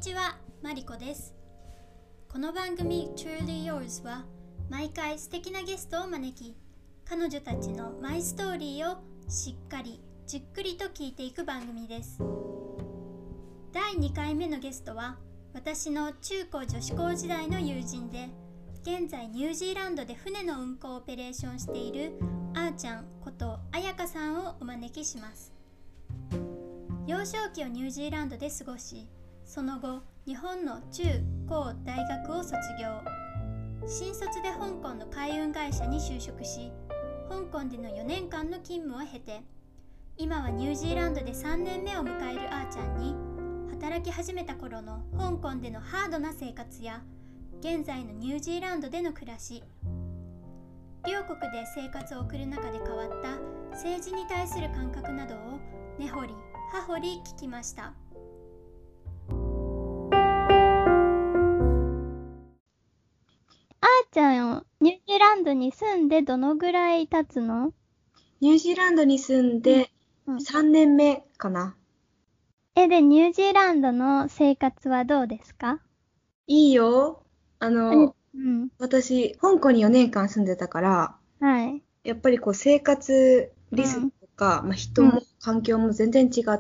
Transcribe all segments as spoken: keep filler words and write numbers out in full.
ちは、マリコです。この番組 Truly Yours は毎回素敵なゲストを招き、彼女たちのマイストーリーをしっかりじっくりと聞いていく番組です。だいにかいめのゲストは私の中高女子高時代の友人で、現在ニュージーランドで船の運航オペレーションしているあーちゃんことあやかさんをお招きします。幼少期をニュージーランドで過ごし、その後日本の中高大学を卒業。新卒で香港の海運会社に就職し、香港でのよねんかんの勤務を経て、今はニュージーランドでさんねんめを迎えるあーちゃんに、働き始めた頃の香港でのハードな生活や現在のニュージーランドでの暮らし、両国で生活を送る中で変わった政治に対する感覚などを根掘り葉掘り聞きました。 あーちゃん、ニュージーランドに住んでどのぐらい経つの？ ニュージーランドに住んでさんねんめかな。 え、で、ニュージーランドの生活はどうですか？ いいよ。あの、 うん。 私、香港によねんかん住んでたから、 はい。 やっぱりこう生活リズムとか、まあ、人も環境も全然違って、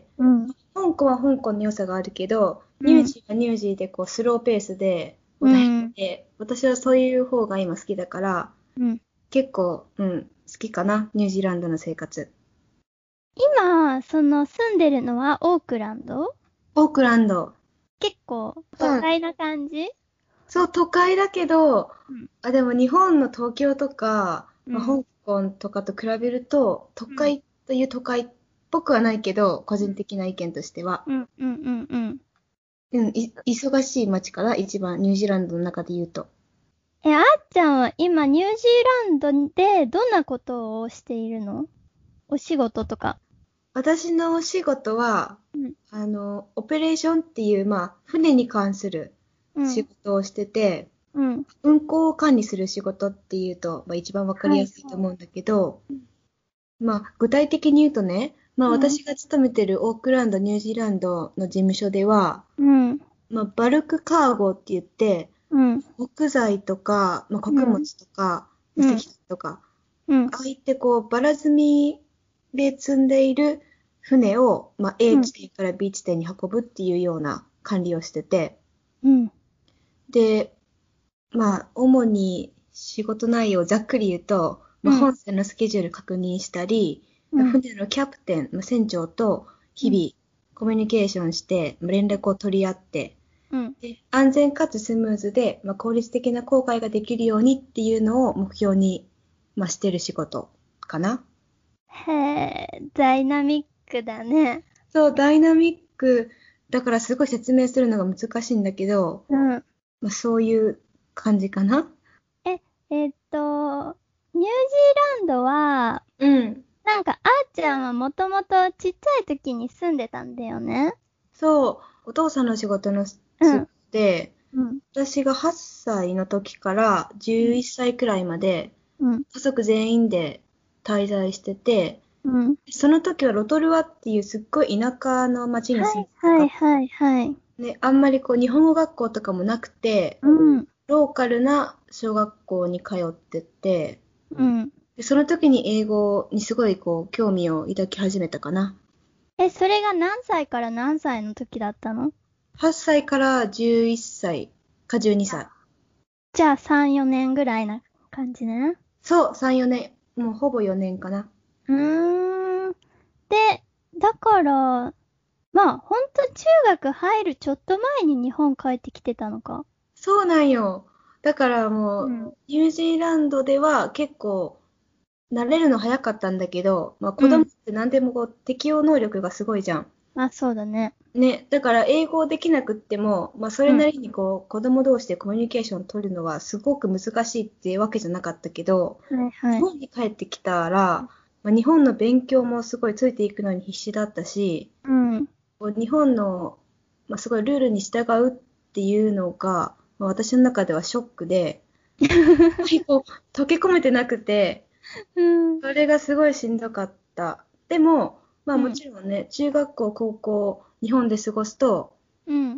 うん。 香港は香港の良さがあるけど、 うんニュージーはニュージーでこうスローペースで穏やかで、私はそういう方が今好きだから、 うん。 結構、うん、好きかな、ニュージーランドの生活。 今、その住んでるのはオークランド？ オークランド。 結構都会な感じ？ そう、都会だけど、 うん。 あ、でも日本の東京とか、まあ、 うん香港とかと比べると、都会という都会っぽくはないけど、個人的な意見としては、 うんうんうんうん。 うん、い忙しい街かな、一番ニュージーランドの中で言うと。 え、あーちゃんは今ニュージーランドでどんなことをしているの？お仕事とか。 私のお仕事は、 うんあの、オペレーションっていう、まあ、船に関するうん仕事をしてて、 うん。 運航を管理する仕事っていうと、まあ、一番わかりやすいと思うんだけど、まあ、具体的に言うとね、まあ、 うん私が勤めてるオークランド、ニュージーランドの事務所では、 うんまあ、バルクカーゴって言って、 うん木材とか、まあ、穀物とか、 うん石炭とか、 うんああいってこう、ばら積みで積んでいる船を、まあ、A 地点から B 地点に運ぶっていうような管理をしてて、 うんで、まあ、主に仕事内容をざっくり言うと、まあ、 うん本船のスケジュール確認したり、 うん船のキャプテン、まあ船長と日々コミュニケーションして、まあ連絡を取り合って、 うんで安全かつスムーズで、まあ、効率的な航海ができるようにっていうのを目標に、まあ、してる仕事かな。 へえ、ダイナミックだね。 そう、ダイナミックだからすごい説明するのが難しいんだけど、 うん。 まあ、そういう感じかな。 え、えっと、ニュージーランドは、 うん。 なんか、あーちゃんはもともとちっちゃい時に住んでたんだよね。 そう、お父さんの仕事のつうんで、 うん私がはっさいの時からじゅういっさいくらいまでうん家族全員で滞在してて、 うん。 その時はロトルワっていうすっごい田舎の町に住んでたはいから、 はいはい。 ね、あんまりこう日本語学校とかもなくて、 うんローカルな小学校に通ってて、 うん。 でその時に英語にすごいこう興味を抱き始めたかな。 え、それが何歳から何歳の時だったの？ はっさいからじゅういっさいかじゅうにさい。 じゃあさん、よねんぐらいな感じね。 そう、さん、よねん。もうほぼよねんかな。 うーん。で、だから、まあ、ほんと中学入るちょっと前に日本帰ってきてたのか。 そうなんよ。だからもう、 うんニュージーランドでは結構、慣れるの早かったんだけど、まあ子供って何でもこう適応能力がすごいじゃん。 あ、そうだね。 ね、だから英語できなくっても、まあそれなりにこう、子供同士でコミュニケーションを取るのはすごく難しいっていうわけじゃなかったけど、 はいはい。 日本に帰ってきたら、まあ、日本の勉強もすごいついていくのに必死だったし、 うん。 こう日本の、まあ、すごいルールに従うっていうのが、まあ、私の中ではショックで、結構溶け込めてなくて、 うん。 それがすごいしんどかった。でも、まあうんもちろんね、中学校、高校、日本で過ごすと、 うん。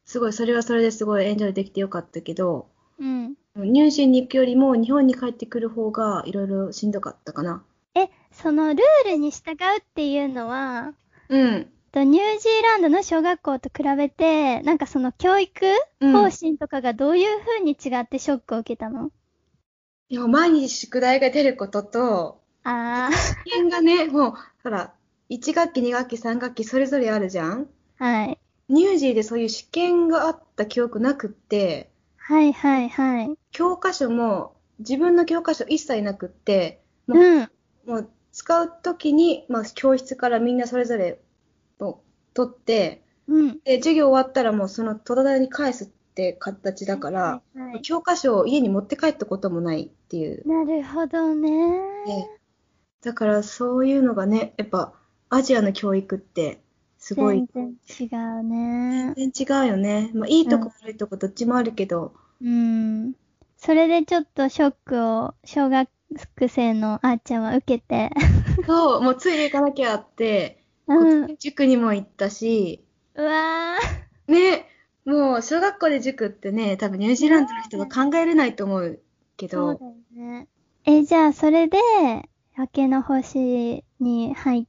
すごい、それはそれですごいエンジョイできてよかったけど、 うん。 入試に行くよりも日本に帰ってくる方がいろいろしんどかったかな。 え、そのルールに従うっていうのは、 うん。 とニュージーランドの小学校と比べて、なんかその教育うん方針とかがどういう風に違ってショックを受けたの？ いや、毎日宿題が出ることと、 あ試験がね、もう、ほら、いち学期、に学期、さん学期、それぞれあるじゃん。 あ、はい。 ニュージーでそういう試験があった記憶なくって、 はいはいはい。 教科書も、自分の教科書一切なくって、もう、 うん。 もう使うときに、まあ、教室からみんなそれぞれを取って、 うん。 で、授業終わったらもうその戸棚に返すって形だから、 はいはいはい。 教科書を家に持って帰ったこともないっていう。 なるほどね。 で、だからそういうのがね、やっぱアジアの教育ってすごい全然違うね。 全然違うよね。まあいいとうん。 こ悪いとこどっちもあるけど、 うん。それでちょっとショックを小学生のあーちゃんは受けて。 そう、もうついていかなきゃって、 うん。 国際塾にも行ったし、 うわー。 ね、もう小学校で塾ってね、多分ニュージーランドの人は考えれないと思うけど、 そうだよね。え、じゃあそれで、明けの星に入って、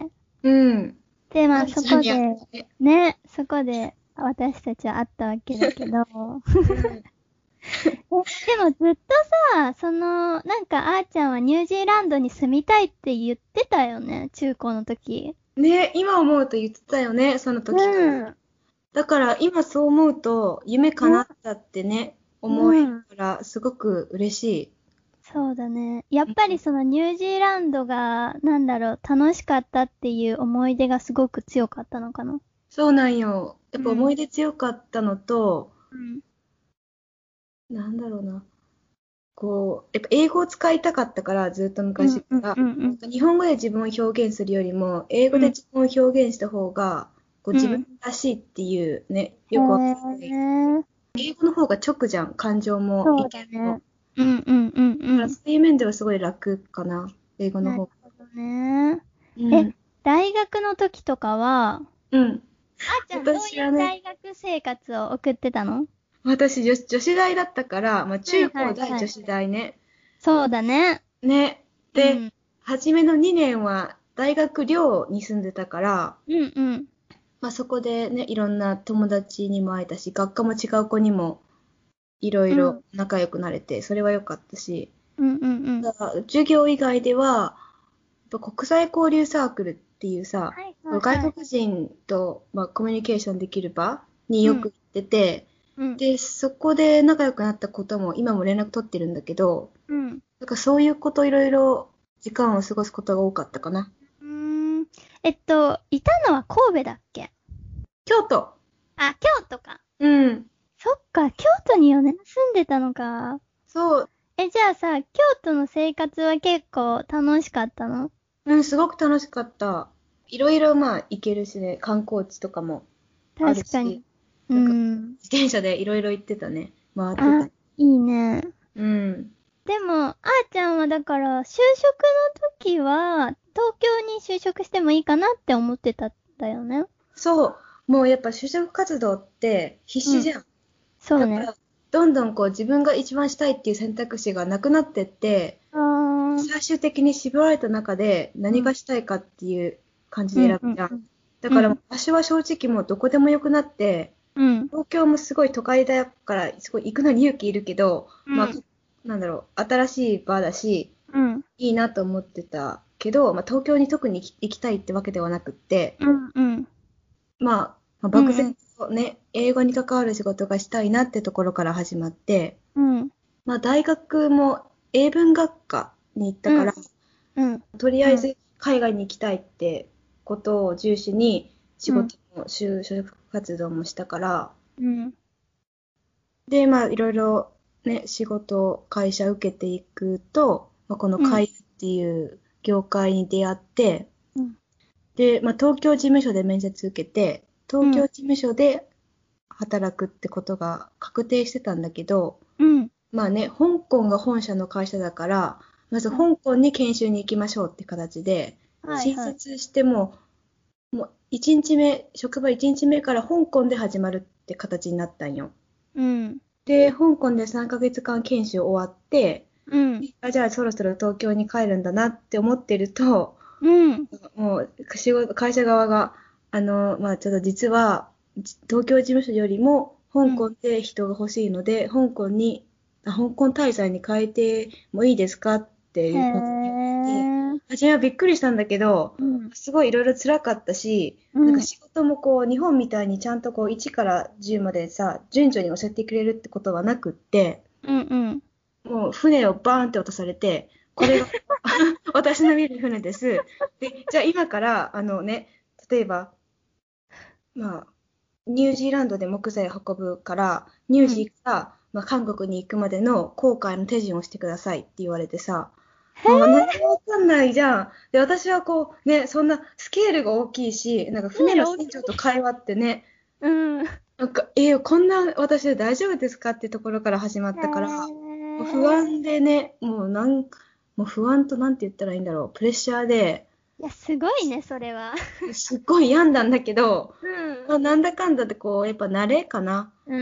うん。 で、まあアジアにあっそこで、 て、 ね、そこで私たちは会ったわけだけど、 うんえでもずっとさ、その、なんかあーちゃんはニュージーランドに住みたいって言ってたよね、中高の時。 ね、今思うと言ってたよね、その時から。 うん。 だから今そう思うと、夢叶ったってね、思えるから、すごく嬉しい。 そうだね。やっぱりそのニュージーランドが、なんだろう、楽しかったっていう思い出がすごく強かったのかな。 そうなんよ。やっぱ思い出強かったのと、 うん。 なんだろうな。こう、やっぱ英語を使いたかったから、ずっと昔から。 うんうんうん日本語で自分を表現するよりも、英語で自分を表現した方が、こう自分らしいっていうね、 うん。 よくわかんない。 へー。 英語の方が直じゃん、感情もそう意見も。 だね。うんうんうんだうん。 からそういう面ではすごい楽かな、英語のなる方が。 ほどね。え、 うん。 大学の時とかは、 うん。 あーちゃんどういう私はね、 大学生活を送ってたの？ 私女子、女子大だったから、まあ、中高はいはいはい大女子大ね。 そうだね。 ね。で、 うん。 初めのにねんは大学寮に住んでたから、 うんうん。 まあ、そこでね、いろんな友達にも会えたし、学科も違う子にもいろいろ仲良くなれて、それは良かったし、 うんうんうん。 ただ授業以外では、やっぱ国際交流サークルっていうさ、 はいはいはい。 外国人と、まあ、コミュニケーションできる場によく行ってて、 うん。 で、そこで仲良くなったことも今も連絡取ってるんだけど、 うん。 なんかそういうこといろいろ時間を過ごすことが多かったかな。 うーん。えっと、いたのは神戸だっけ？ 京都。 あ、京都か。 うん。 そっか、京都によねん住んでたのか。 そう。 え、じゃあさ、京都の生活は結構楽しかったの？ うん、すごく楽しかった。いろいろまあ行けるしね、観光地とかもある確かに。 し、 うなんかん。 自転車でいろいろ行ってたね。回ってあ、 た。 いいね。 うん。 でも、あーちゃんはだから、就職の時は、東京に就職してもいいかなって思ってたんだよね。 そう。もうやっぱ就職活動って必死じゃん。 そうね。 だから、どんどんこう自分が一番したいっていう選択肢がなくなってって、 あー。 最終的に絞られた中で何がしたいかっていう感じで選ぶじゃん。 うんうんうんだからうん私は正直もうどこでもよくなって、 うん。 東京もすごい都会だからすごい行くのに勇気いるけど、 うんまあ、なんだろう、新しい場だし、 うん。 いいなと思ってたけど、まあ、東京に特に行き行きたいってわけではなくって、 うんうん。 まあ、まあ、漠然とね、英語に関わる仕事がしたいなってところから始まって、 うん。 まあ、大学も英文学科に行ったから、 うん。 とりあえず海外に行きたいってことを重視に仕事も就職活動もしたから、 うん。 で、まあ、いろいろね、仕事、会社受けていくと、まあ、この会社っていう業界に出会って、 うんで、まあ、東京事務所で面接受けて、東京事務所で働くってことが確定してたんだけど、 うん。 まあね、香港が本社の会社だから、まず香港に研修に行きましょうって形で、 はいはい。 新卒しても、もういちにちめ、職場いちにちめから香港で始まるって形になったんよ。 うん。 で、香港でさんかげつかん研修終わって、 うん。 あ、じゃあそろそろ東京に帰るんだなって思ってると、 うん。 もう仕事、会社側が、あの、まあちょっと実は、じ東京事務所よりも香港で人が欲しいので、香港に、あ香港滞在に変えてもいいですかってへいう感じで言われて、 ー。 初めはびっくりしたんだけど、 うん。 すごいいろいろ辛かったし、 うんなんか仕事もこう、日本みたいにちゃんとこう、いちからじゅうまでさ、順序に教えてくれるってことはなくって、 うんうんもう船をバーンって渡されて、これが私の見る船です。で、じゃあ今から、あのね、例えば、まあ、ニュージーランドで木材を運ぶから、ニュージーから、まあ、韓国に行くまでの航海の手順をしてくださいって言われてさ、もう何もわかんないじゃん。で、私はこう、ね、そんなスケールが大きいし、なんか船の船長と会話ってね、 うん。 なんか、えー、こんな私で大丈夫ですかってところから始まったから、 へもうー。 不安でね、もうなん、もう不安となんて言ったらいいんだろう、プレッシャーで、 いや、すごいね、それは。 すっごい病んだんだけど、 うん。 まあ、なんだかんだでこう、やっぱ慣れかな。 うん。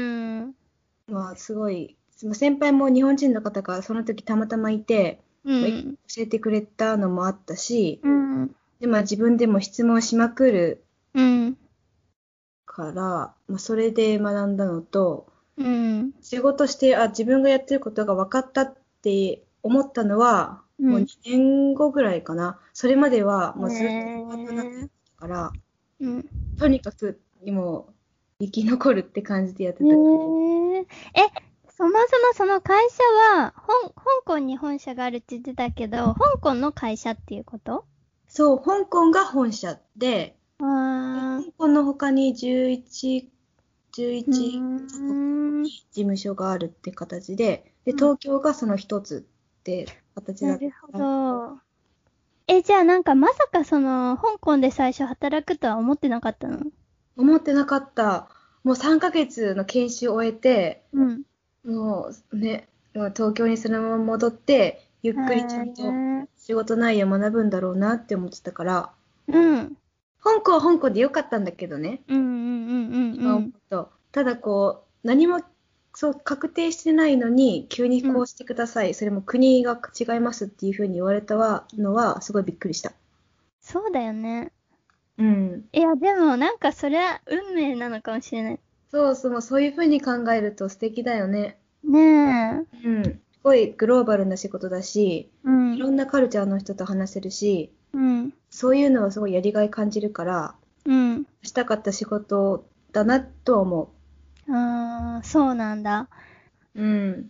まあ、すごい、その先輩も日本人の方がその時たまたまいて、まあ教うん。 えてくれたのもあったし、 うん。 で、まあ自分でも質問しまくるうん。 から、まあそれで学んだのと、 うん。 仕事して、あ、自分がやってることが分かったって思ったのは、もううん。 にねんごぐらいかな。それまでは、もうずっとへパートナーやってー。 たから、 うん。 とにかく、もう、生き残るって感じでやってへた。 ー。え、そもそもその会社は、香香港に本社があるって言ってたけど、香港の会社っていうこと？ そう、香港が本社で、 あー。 香港の他にじゅういち、11 うーカ国ん。 に事務所があるって形で、で、 うん。 東京がその一つって形だったなるほから、 ど。え、じゃあなんかまさかその、香港で最初働くとは思ってなかったの？ 思ってなかった。もうさんかげつの研修を終えて、 うん。 もうね、もう東京にそのまま戻って、ゆっくりちゃんとへー。 仕事内容を学ぶんだろうなって思ってたから、 うん。 香港は香港でよかったんだけどね、 うんうんうんう今思んうと。ただこう、何もそう確定してないのに、急にうん。 こうしてください、それも国が違いますっていうふうに言われたはのは、すごいびっくりした。 そうだよね。 うん。 いや、でもなんかそれは運命なのかもしれない。 そうそう、そういうふうに考えると素敵だよね。 ねえ。 うん。すごいグローバルな仕事だし、 うん。 いろんなカルチャーの人と話せるし、 うん。 そういうのはすごいやりがい感じるから、 うん。 したかった仕事だなとは思ああ、そうなんだ。 う。うん。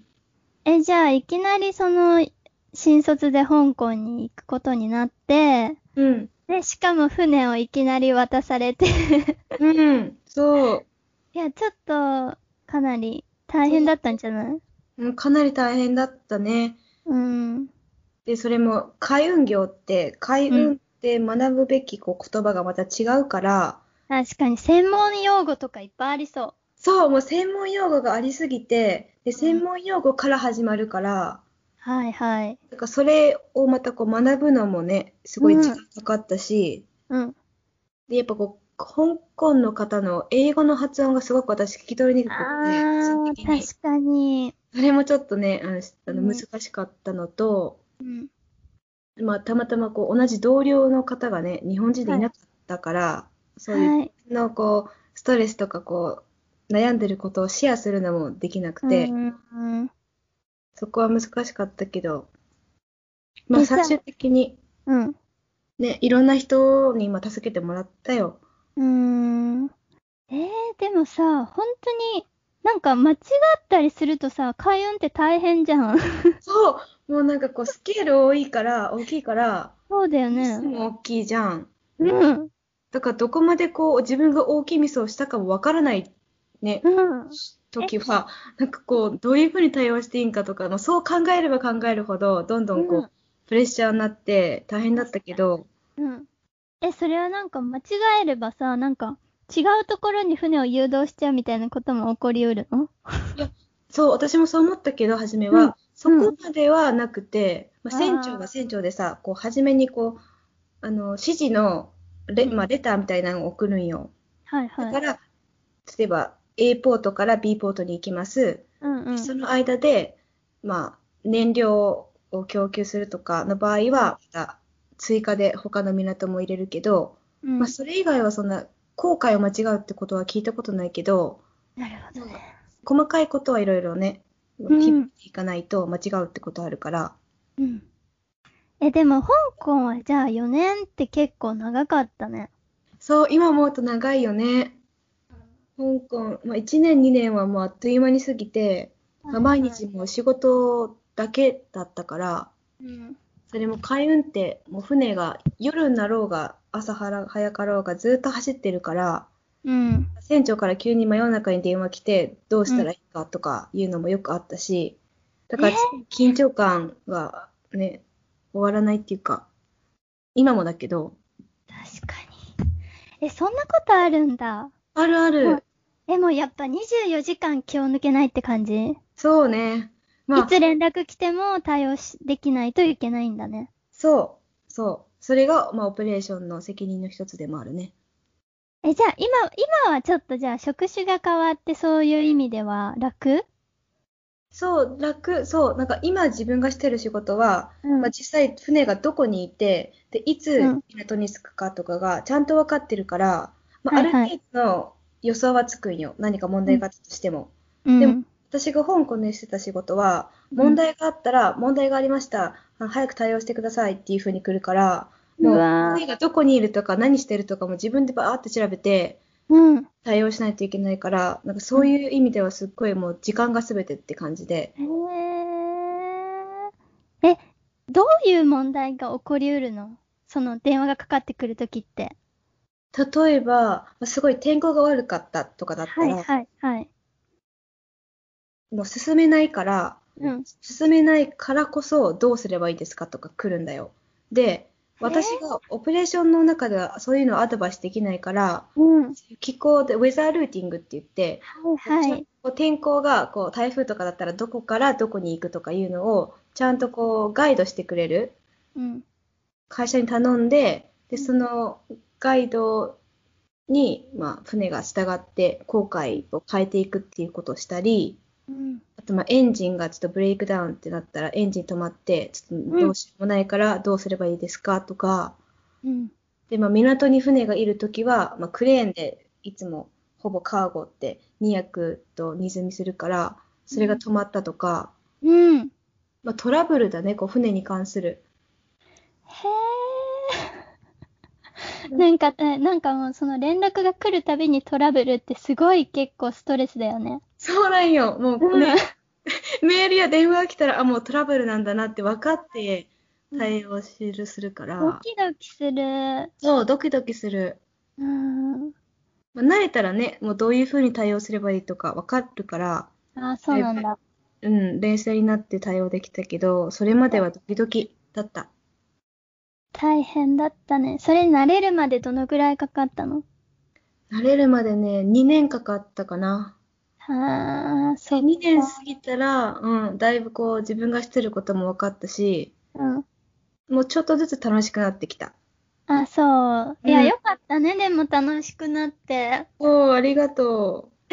え、じゃあいきなりその、新卒で香港に行くことになって、 うん。 で、しかも船をいきなり渡されてうん。そう。 いや、ちょっと、かなり大変だったんじゃない？ うん、かなり大変だったね。 うん。 で、それも海運業って、海うん。 運って学ぶべきこう言葉がまた違うから、 確かに専門用語とかいっぱいありそそう、もう専門用語がありすぎて、で、 う。うん。 専門用語から始まるから、 はいはい。 なんかそれをまたこう学ぶのもね、すごい時間かかったし、 うん。 で、やっぱこう、香港の方の英語の発音がすごく私聞き取りにくくて、個人あー、 的に。 確かに。 それもちょっとね、あの、しあのうん。 難しかったのと、 うん。 まあ、たまたまこう、同じ同僚の方がね、日本人でいはい。 なかったから、そういうはい。 のこう、ストレスとかこう、悩んでることをシェアするのもできなくうて、 ん。うん。 そこは難しかったけど、まあえ、じゃあ、 最終的にうん。 ね、いろんな人に今助けてもらったよ。 うーん。えー、でもさ、本当に、なんか間違ったりするとさ、開運って大変じゃん。 そう、もうなんかこう、スケール多いから、大きいから、 そうだよミスね。 も大きいじゃん。 うん。 だからどこまでこう、自分が大きいミスをしたかもわからないね、 うん。え、 時は、なんかこう、どういうふうに対応していいんかとか、まあ、そう考えれば考えるほど、どんどうん。 んこう、プレッシャーになって大変だったけ確かに。 ど、 うん。え、それはなんか間違えればさ、なんか違うところに船を誘導しちゃうみたいなことも起こりうるの？ いや、そう、私もそう思ったけど、初めうん。 は、そうん。 こまではなくて、まあ、船長があ船長でさ、こう、初めにこう、あの、指示のー。 レ、 うん。 まあ、レターみたいなのを送るんよ。 はいはい。 だから、例えば、 A ポートから B ポートに行きます。 うんうん。 その間で、まあ、燃料を供給するとかの場合は、また追加で他の港も入れるけど、 うんまあ、それ以外はそんな、航海を間違うってことは聞いたことないけど、 なるほどね。 細かいことはいろいろね、 うん日々いかないと間違うってことあるから、 うん。え、でも香港はじゃあよねんって結構長かったね。 そう、今思うと長いよね。香港、まあ、いちねん、にねんはもうあっという間に過ぎて、まあ、毎日もう仕事だけだったから、 うん。 それも海運ってもう船が夜になろうが朝早かろうがずっと走ってるから、 うん。 船長から急に真夜中に電話来てどうしたらいいかとかいうのもよくあったし、だから緊張感はね、終わらないっていうか、今もだけど。 確かに。え、そんなことあるんだ。 あるある。 え、もうやっぱにじゅうよじかん気を抜けないって感じ？ そうね。まあ、 いつ連絡来ても対応しできないといけないんだね。 そう、そう。それが、まあ、オペレーションの責任の一つでもあるね。 え、じゃあ今、今はちょっとじゃあ職種が変わってそういう意味では楽？ そう、楽、そう、なんか今自分がしてる仕事は、 うんまあ、実際船がどこにいて、で、いつうん港に着くかとかがちゃんと分かってるから、まあ、あるはいはい程度の予想はつくんよ。何か問題があったとしても。でも、 うん。 私が香港でしてた仕事は、 うん問題があったら、問題がありました。あ早く対応してくださいっていう風に来るから、もう、 うわ船がどこにいるとか何してるとかも自分でバーって調べて、 うん。 対応しないといけないから、なんかそういう意味ではすっごいもう時間が全てって感じで。 へー。え、どういう問題が起こりうるの？その電話がかかってくるときって。 例えば、まあすごい天候が悪かったとかだったら、 はいはいはい。 もう進めないから、 うん。 進めないからこそどうすればいいですかとか来るんだよ。で、私がオペレーションの中ではそういうのをアドバイスできないから、 うん。 気候でウェザールーティングって言って、 はいはい。 こう天候がこう台風とかだったらどこからどこに行くとかいうのをちゃんとこうガイドしてくれるうん。 会社に頼んで、で、そのガイドに、まあ、船が従って航海を変えていくっていうことをしたり、 うん。 あと、まあ、エンジンがちょっとブレイクダウンってなったら、エンジン止まって、ちょっとどうしようもないからどうすればいいですかとか、 うん。 で、まあ、港に船がいるときは、まあ、クレーンでいつもほぼカーゴってに役と荷積みするから、それが止まったとか、 うん。 まあ、トラブルだね、こう船に関する。 へー。なんか、えなんかもうその連絡が来るたびにトラブルってすごい結構ストレスだよね。 そうなんよ。もううんね、メールや電話が来たら、あ、もうトラブルなんだなって分かって対応するするかドら、 キドキする。 そう、ドキドキする。 うん。 まあ、慣れたらね、もうどういうふうに対応すればいいとか分かるから、 あ、そうなんだ。 うん、冷静になって対応できたけど、それまではドキドキだった。 大変だったね。それに慣れるまでどのぐらいかかったの？ 慣れるまでね、にねんかかったかな。 はあ、そっか。 にねん過ぎたら、うん、だいぶこう自分がしてることも分かったし、 うん。 もうちょっとずつ楽しくなってきた。 あ、そう。いや、 うんよかったね。でも楽しくなって。 おー、ありがとう。 え、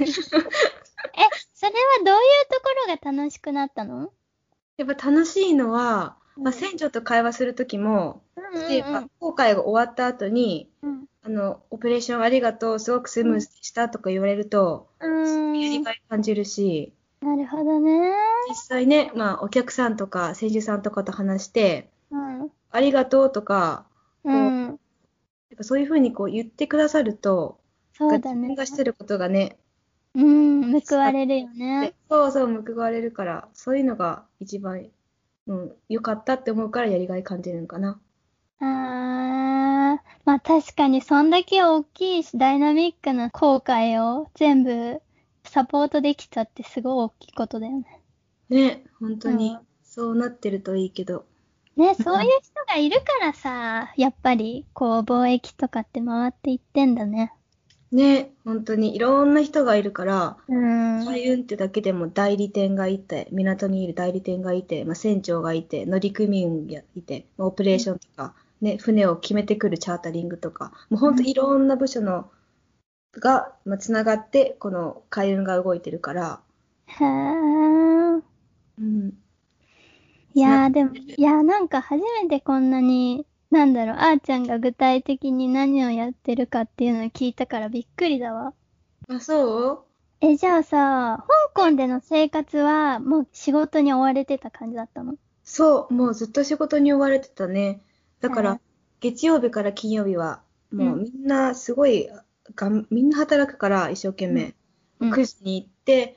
それはどういうところが楽しくなったの？ やっぱ楽しいのは、まあ、 うん船長と会話するときも、 うんうん例えば、航海が終わった後に、 うん。 あの、オペレーションありがとう、すごくスムーズでしたとか言われると、 うーん。 やりがい感じるし、 なるほどね。 実際ね、まあ、お客さんとか、選手さんとかと話して、 うん。 ありがとうとか、 う。 こうんやっぱそういうふうにこう言ってくださると、 そうだね自分。がしてることがね、 うん、報われるよね。 そうそう報われるから、そういうのが一番、うん、良かったって思うからやりがい感じるのかな。 あー、まあ確かにそんだけ大きいしダイナミックな航海を全部サポートできたってすごい大きいことだよね。 ね、本当にうん、 そうなってるといいけど。 ね、そういう人がいるからさ、やっぱりこう貿易とかって回っていってんだね。 ね、本当にいろんな人がいるから、 うん。 海運ってだけでも代理店がいて、港にいる代理店がいて、まあ、船長がいて、乗組員がいて、まあオペレーションとか、ね、船を決めてくるチャータリングとか、もう本当いろんな部署のが、まあ、つながって、この海運が動いてるから、 へー。 うん。 いつなやーでも、いやーなんか初めてこんなに、なんだろう、あーちゃんが具体的に何をやってるかっていうのを聞いたからびっくりだわ。 あ、そうえ、じゃあさ、香港での生活はもう仕事に追われてた感じだったの？ そう、もうずっと仕事に追われてたね。だから、 へー。 月曜日から金曜日は、 うん、 もうみんなすごいがん、みんな働くから一生懸うん、 命。 うん。 くじに行って、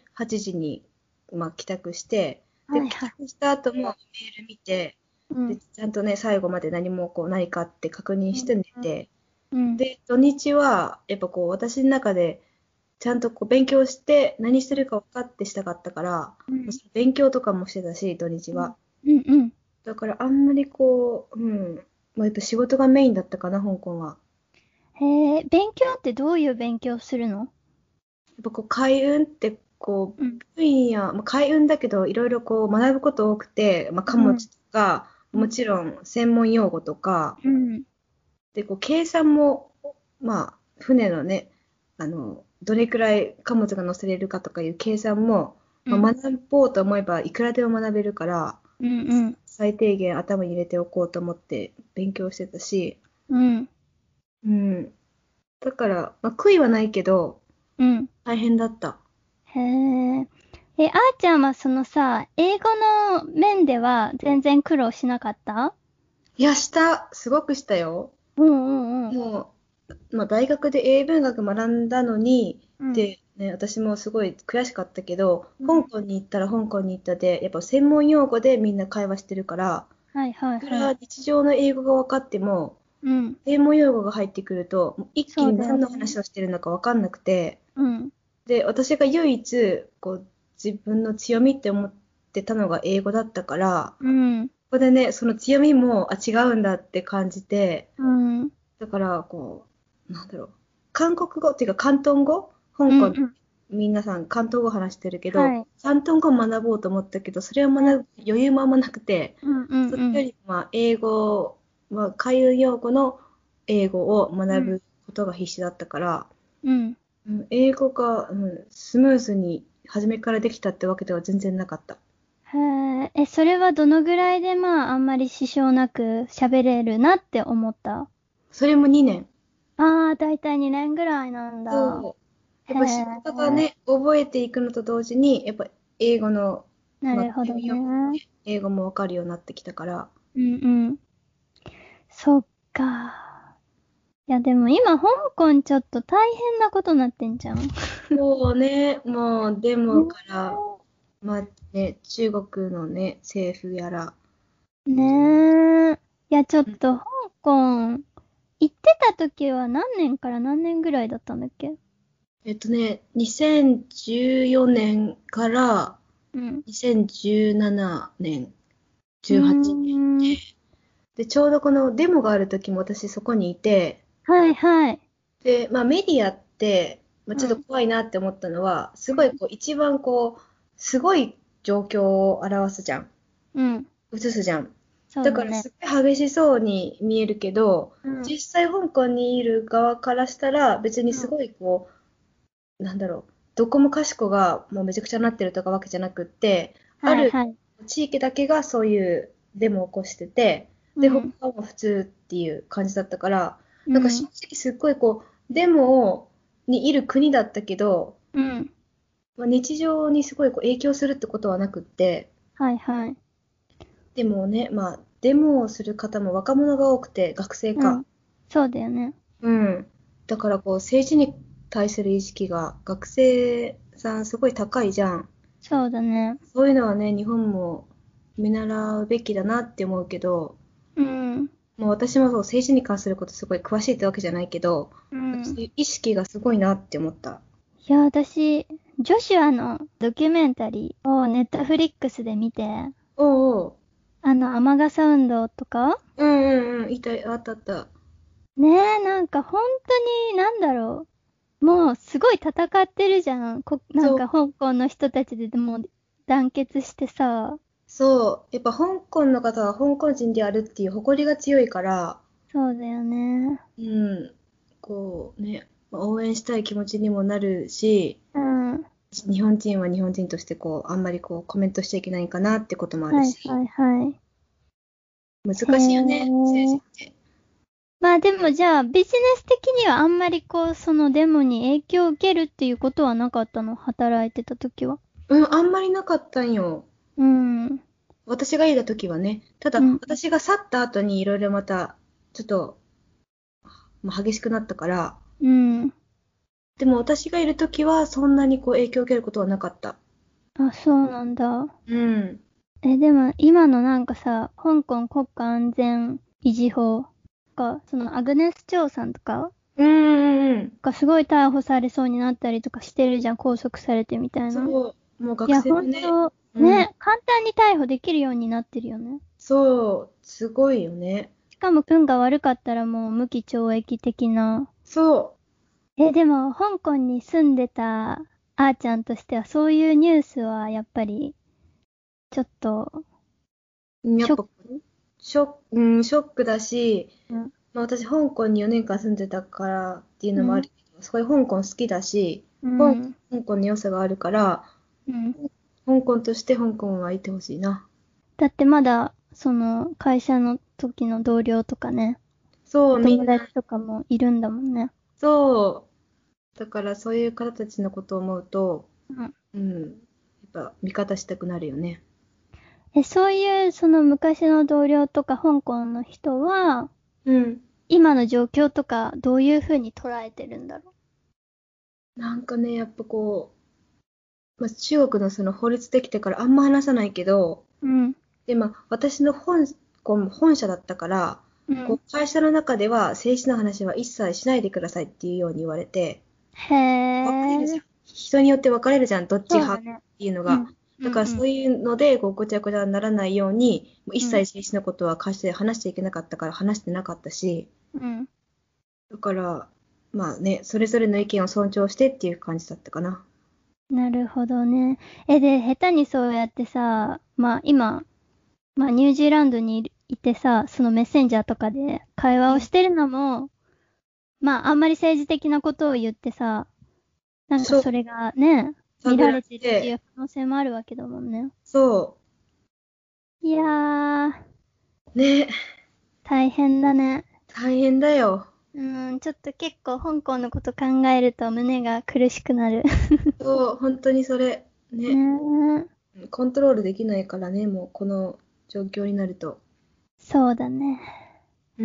はちじに、まあ、帰宅して、で、帰はいはい。 宅した後もメール見て、で、 うん、 ちゃんとね、最後まで何もこうないかって確認うん、 して寝て、 うん、 で、土日は、やっぱこう、私の中で、ちゃんとこう勉強して、何してるか分かってしたかったから、 うん、 勉強とかもしてたし、土日うん、 は。 うん。うん。 だからあんまりこう、うん、まあ、やっぱ仕事がメインだったかな、香港は。 へえ、勉強ってどういう勉強するの？ やっぱこう、海運ってこうん、 う、分野、まあ、海運だけど、いろいろこう、学ぶこと多くて、まあ、貨うん、 物とか、 うん、 もちろん専門用語とか、 うん、 で、こう、計算も、まあ、船のね、あの、どれくらい貨物が乗せれるかとかいう計算も、まあ、 うん、 学ぼうと思えばいくらでも学べるから、 うん、 最低限頭に入れておこうと思って勉強してたし、 うん、 うん。だから、まあ、悔いはないけど、 うん。 大変だった。 へえ。え、あーちゃんはそのさ、英語の面では全然苦労しなかった？ いや、した。すごくしたよ。 うんうんうん。 もう、まあ、大学で英文学学んだのに、 うん。 で、ね、私もすごい悔しかったけど、 うん。 香港に行ったら香港に行ったで、やっぱ専門用語でみんな会話してるから、 はいはいいくはい。 ら日常の英語が分かっても、 うん。 専門用語が入ってくると、もう一気にそうだよね。 何の話をしてるのか分かんなくて、 うん。 で、私が唯一、こう、自分の強みって思ってたのが英語だったから、 うん。 ここでね、その強みも、あ、違うんだって感じて、 うん。うん。 だから、こう、なんだろう、韓国語っていうか、広東語香港、 うん。 皆さん広東語話してるけど、 はい。 広東語を学ぼうと思ったけど、それを学ね。 ぶ余裕もあんまなくて、 うんうんそれうん。 よりも、まあ、英語、まあ、海運用語の英語を学うん。 ぶことが必死だったから、 うん。 うん、英語が、うん、スムーズに初めからできたってわけでは全然なかった。 へえ。え、それはどのぐらいでまあ、あんまり支障なく喋れるなって思った？ それもにねん。 ああー、だいたいにねんぐらいなんだ。 そう。やっへぱ仕え。 事がね、覚えていくのと同時に、やっぱ英語の、まあ、 なるほど用語もね。 ね、英語もわかるようになってきたから。 うんうん。そっか。いや、でも今、香港ちょっと大変なことになってんじゃん。ねそうね、もうデモかえ。 ら、まあね、中国のね、政府やら。 ねえ。いや、ちょっうん。 と、香港、行ってた時は何年から何年ぐらいだったんだっけ？ えっとね、にせんじゅうよねんからうん。 にせんじゅうななねん、 うーじゅうはちねんん。 で、ちょうどこのデモがある時も私そこにいて、 はいはい。 で、まあメディアって、まあ、ちょっとうん。 怖いなって思ったのは、すうん。 ごいこう一番こう、すごい状況を表すじゃん。 うん。 映すじゃん。だからそうだね。 すっごい激しそうに見えるけど、 うん。 実際香港にいる側からしたら別にうん。 すごいこう、なんだろう、どこもかしこがもうめちゃくちゃになってるとかわけじゃなくって、あるはいはい。 地域だけがそういうデモを起こしてて、で、他うん。 はもう普通っていう感じだったから、なんか正うん。 直すっごいこう、デモにいる国だったけど、 うん。 まあ、日常にすごいこう影響するってことはなくって、 はいはい。 でもね、まあ、デモをする方も若者が多くて、学生か。 うん。そうだよね。 うん。だからこう、政治に対する意識が学生さんすごい高いじゃん。 そうだね。 そういうのはね、日本も見習うべきだなって思うけど、 うん。 もう私もそう政治に関することすごい詳しいってわけじゃないけど、 うん。 そういう意識がすごいなって思った。 いや、私、ジョシュアのドキュメンタリーをネットフリックスで見て、 おうおう。 あの、アマガサ運動とかうんうんうん。いた、あったあった。 ねえ、なんか本当に、なんだろう。もう、すごい戦ってるじゃん。こ、なんそう、 か香港の人たちでもう団結してさ。 そう。やっぱ香港の方は香港人であるっていう誇りが強いから、 そうだよね。 うん。こうね。 まあ応援したい気持ちにもなるし、 うん。は日本人は日本人としてこう、あんまりこうコメントしちゃいけないかなってこともあいはいるし、 はい。 難しいよね、 へー政治って。 まあでもじゃあビジネス的にはあんまりこうそのデモに影響を受けるっていうことはなかったの？働いてた時は。 うん、あんまりなかったんよ。 うん。うん私がいた時はね。ただ、私が去った後にいろいろまた、ちょっと、まあ、激しくなったから、 うん。 でも私がいる時はそんなにこう影響を受けることはなかった。 あ、そうなんだ。 うん。 え、でも今のなんかさ、香港国家安全維持法が、そのアグネス・チョウさんとかうんうんうん。 がすごい逮捕されそうになったりとかしてるじゃん、拘束されてみたいな。 そう、もう学いや、ほん生もね、 と、 うん、 ね、簡単に逮捕できるようになってるよね。 そう、すごいよね。 しかも運が悪かったらもう無期懲役的な。 そえ、でも、香港に住んでたあーちゃんとしては、そういうニュースはやっぱり、ちょっと、 う、やっぱ、 ショック。 ショック、うん、ショックだし、 うん。 まあ、私、香港によねんかん住んでたからっていううん。 のもあるけど、すごい香港好きだし、香うん。 香港の良さがあるから、 うん。 香港として香港はいてほしいな。 だってまだ、その、会社の時の同僚とかね、 そう、 おみんな、 友達とかもいるんだもんね。 そう。だから、そういう方たちのことを思うと、 うん。 うん、やっぱ、味方したくなるよね。 え、そういう、その昔の同僚とか香港の人は、 うん。 今の状況とか、どういうふうに捉えてるんだろなんかね、やっぱこう、まあ、中国のその法律できてからあんま話さないけど、 う。うん。 で、まあ、私の本、こう本社だったから、 うん。 こう会社の中では政治の話は一切しないでくださいっていうように言われて、 へ分かれるじゃん。 ー。 人によって分かれるじゃん、どっち派っそうだね。 ていうのが。 うん。うんうん。 だからそういうので、こうごちゃごちゃにならないように、もう一うん。 切政治のことは会社で話しちゃいけなかったから話してなかったし、 うん。 だから、まあね、それぞれの意見を尊重してっていう感じだったかな。 なるほどね。え、で、下手にそうやってさ、まあ今、まあニュージーランドにいるいてさ、そのメッセンジャーとかで会話をしてるのも、まああんまり政治的なことを言ってさ、なんかそう、 それがね、見探らられてるっていれて、 う可能性もあるわけだもんね。 そいやー、 う、ね、 大変だね。 大変だよ。 うーん、ちょっと結構香港のこと考えると胸が苦しくなる。 そう、本当にそれ、ね、 ねえ。 コントロールできないからね、もうこの状況になると。 そうだね。 うん。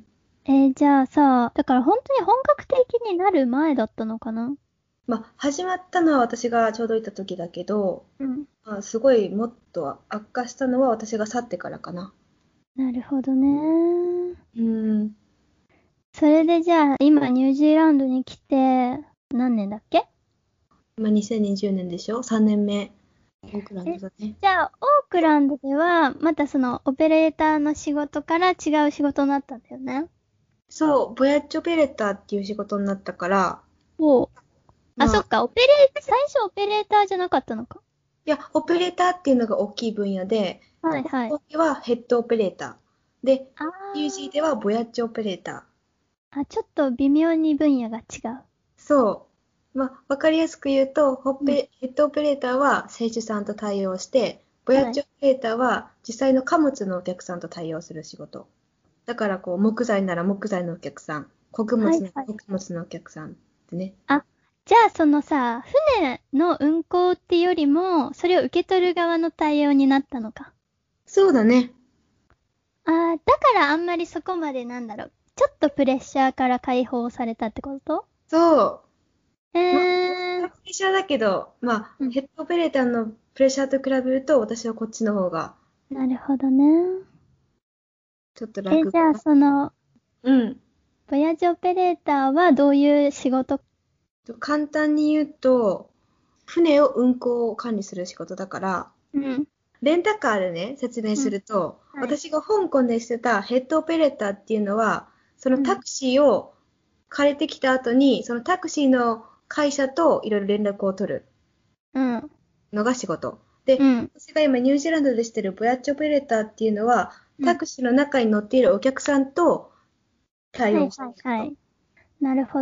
えーじゃあさ、だから本当に本格的になる前だったのかな？ まあ、始まったのは私がちょうどいた時だけど、 うん。 まあ、すごいもっと悪化したのは私が去ってからかな。 なるほどね。 うん。 それでじゃあ、今ニュージーランドに来て、何年だっけ？ まあ、にせんにじゅうねんでしょ？ さん 年目。オークランドえ、 だね。 じゃあ、オークランドでは、またその、オペレーターの仕事から違う仕事になったんだよね。 そう、ボヤッチョペレッターっていう仕事になったから、 おう。あ、 まあ、 そっか、オペレー、最初オペレーターじゃなかったのか。 いや、オペレーターっていうのが大きい分野で、 はいはい。 香港ではヘッドオペレーター。で、 あニュージーではボヤッチョオペレーター。 ー。あ、ちょっと微妙に分野が違う。 そう。まあ、わかりやすく言うと、ホッうん。 ペヘッドオペレーターは選手さんと対応して、ボヤッはい。 チョオペレーターは実際の貨物のお客さんと対応する仕事。だから、こう、木材なら木材のお客さん、穀物ならはいはい。 穀物のお客さんってね。 あ、じゃあそのさ、船の運航ってよりも、それを受け取る側の対応になったのか。 そうだね。 あー、だからあんまりそこまでなんだろう。ちょっとプレッシャーから解放されたってこと？ そう。まあ、 えー。 プレッシャーだけど、まあ、 うん。 ヘッドオペレーターのプレッシャーと比べると、私はこっちの方が、 なるほどね。 ちょっとえ、じゃあ楽かな。 その、 うん。 ボヤージオペレーターはどういう仕事？ 簡単に言うと、船を運航管理する仕事だから、 うん。 レンタカーでね、説明うん。 すると、 はい。 私が香港でしてたヘッドオペレーターっていうのは、そのうん。 タクシーを借りてきた後に、そのタクシーの会社といろいろ連絡を取るうん。 のが仕事。で、 うん。 私が今ニュージーランドでしてるボヤッチオペレーターっていうのは、 うん。 タクシーの中に乗っているお客さんと対はい応してる仕事。 はいはい。なるほど。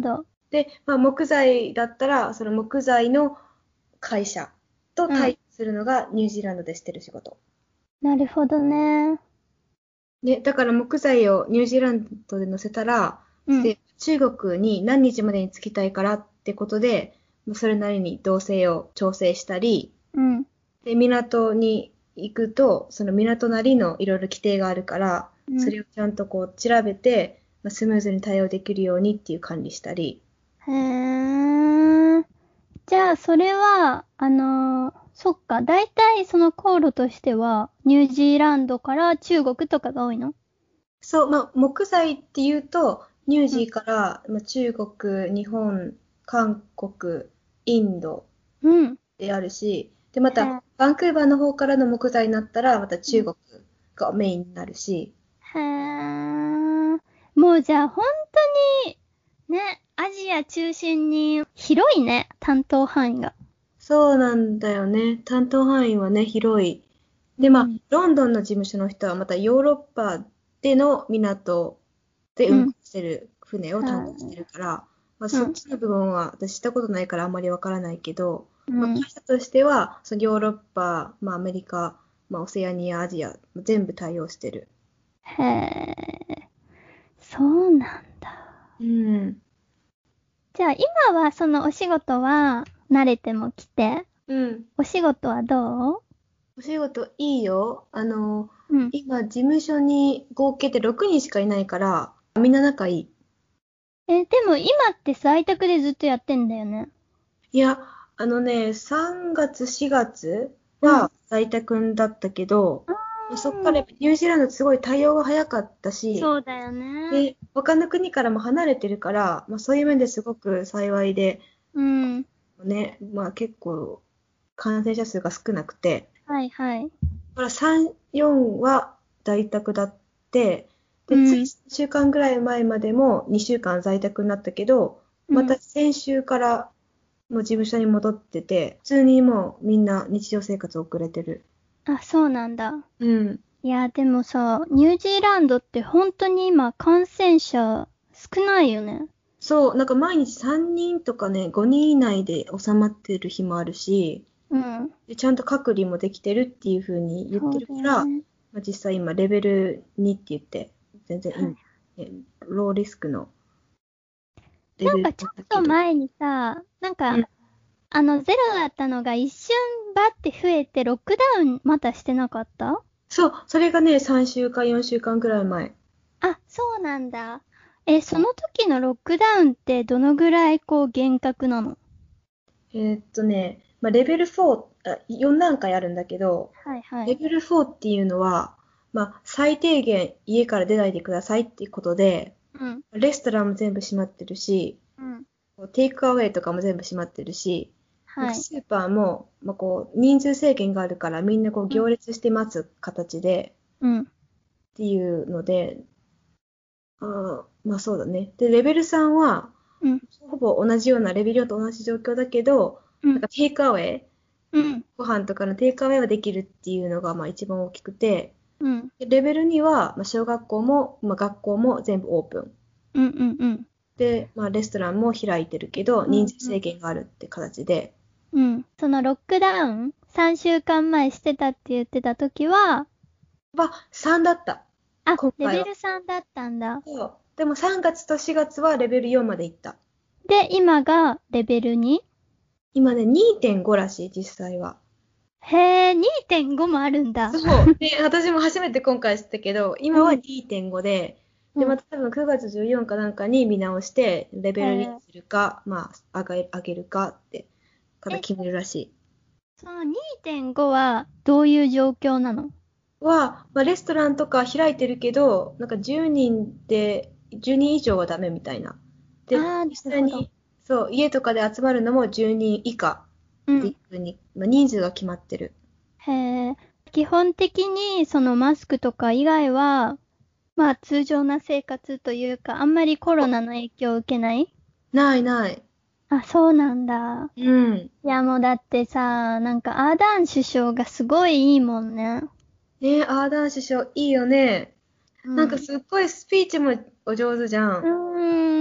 で、まあ、木材だったら、その木材の会社と対峙するのがニュージーランドでしてる仕事。 なるほどね。 ね、だから木材をニュージーランドで載せたら、 うんで中国に何日までに着きたいからってことで、それなりに動静を調整したり、 うん。 で、港に行くと、その港なりのいろいろ規定があるから、 うんそれをちゃんとこう調べて、まあスムーズに対応できるようにっていう管理したり。 へー。じゃあ、それは、あのーそっか、だいたいその航路としては、ニュージーランドから中国とかが多いの？ そう、まあ、木材っていうと、ニュージーから、まあ、中国、日本、韓国、インドうん。 であるし、で、まへた、バンクーバーの方からの木材になったら、また中国がメインになるし、 へー。もうじゃあ、本当に、ね、アジア中心に広いね、担当範囲が。 そうなんだよね。担当範囲はね、広い。で、まあ、 うんロンドンの事務所の人はまたヨーロッパでの港で運航してる船を担当してるから、まあ、そっちの部分は私したことないからあんまりわからないけど、 うんまあ、会社としてはそのヨーロッパ、まあ、アメリカ、まあ、オセアニア、アジア、全部対応してる。 へー。そうなんだ。 うん。 じゃあ、今はそのお仕事は慣れても来て、 うん。 お仕事はどう？ お仕事いいよ。あの、 うん。 今、事務所に合計でろくにんしかいないから、みんな仲いい。 え、でも今って在宅でずっとやってんだよね。 いや、あのね、さんがつ、しがつは在宅だったけど、まあそっからやっぱニュージーランドすごい対応が早かったし、 そうだよね。 で、他の国からも離れてるから、まあ、そういう面ですごく幸いで、 うん。 ね、まあ結構感染者数が少なくて、 はいはい。 だからさん、よんは在宅だって、で、 うんついいっしゅうかんぐらい前までもにしゅうかん在宅になったけど、また先週からもう事務所に戻ってて、普通にもうみんな日常生活を送れてる。 あ、そうなんだ。 うん。 いや、でもさ、ニュージーランドって本当に今感染者少ないよね。 そう、なんか毎日さんにんとかね、ごにん以内で収まってる日もあるし、 うん。 でちゃんと隔離もできてるっていう風に言ってるから、 そうだよね。 まあ、実際今レベルにって言って、全然いい、 はいねローリスクのレベルだなんかちょっと前にさ、なんか、 うんあのゼロだったのが一瞬バって増えてロックダウンまたしてなかった？ そう、それがね、さんしゅうかん、よんしゅうかんぐらい前。 あ、そうなんだ。え、その時のロックダウンってどのぐらいこう厳格なの？ えーっとね、まあ、レベルフォー、あ、よん段階あるんだけど、 はいはい。 レベルフォーっていうのは、まあ、最低限家から出ないでくださいっていうことで、 うん。 レストランも全部閉まってるし、 うん。 テイクアウェイとかも全部閉まってるし、 はい。 スーパーも、まあ、こう人数制限があるからみんなこう行列して待つ形で、 うん。 っていうので、あーまあそうだね。で、レベルさんは、 うん。 ほぼ同じようなレベルよんと同じ状況だけど、 うんなんか。テイクアウェイ、 うん。 ご飯とかのテイクアウェイはできるっていうのがまあ一番大きくて、 うん。 でレベルには、まあ、小学校も、まあ、学校も全部オープン。 うん。うん。うん。 で、まあ、レストランも開いてるけど、 ん人数制限があるって形で、 うん。そのロックダウンさんしゅうかんまえしてたって言ってた時は、 はさんだった。 あ今、回はレベルさんだったんだ。 そうでもさんがつとしがつはレベルよんまで行った。 で、今がレベルに？ 今ね、にてんご らしい、実際は。 へー、にてんご もあるんだ。 そう。で、私も初めて今回知ったけど、今はうんにてんご で、 うんで、また多分くがつじゅうよっかなんかに見直して、レベルにするか、まあ、上げ、上げるかって、から決めるらしい。 その にてんご はどういう状況なの？ は、まあ、レストランとか開いてるけど、なんかじゅうにんで、じゅうにん以上はダメみたいな。で、 あー実際なるほどに、そう、家とかで集まるのもじゅうにん以下うんっていうふうに、まあ、人数が決まってる。 へー。基本的にそのマスクとか以外は、まあ通常な生活というか、あんまりコロナの影響を受けない？ ないない。 あ、そうなんだ。 うん。 いやもうだってさ、なんかアーダーン首相がすごいいいもんね。 ねアーダーン首相いいよね。 うなんかすっごいスピーチもお上手じゃん。 うーん。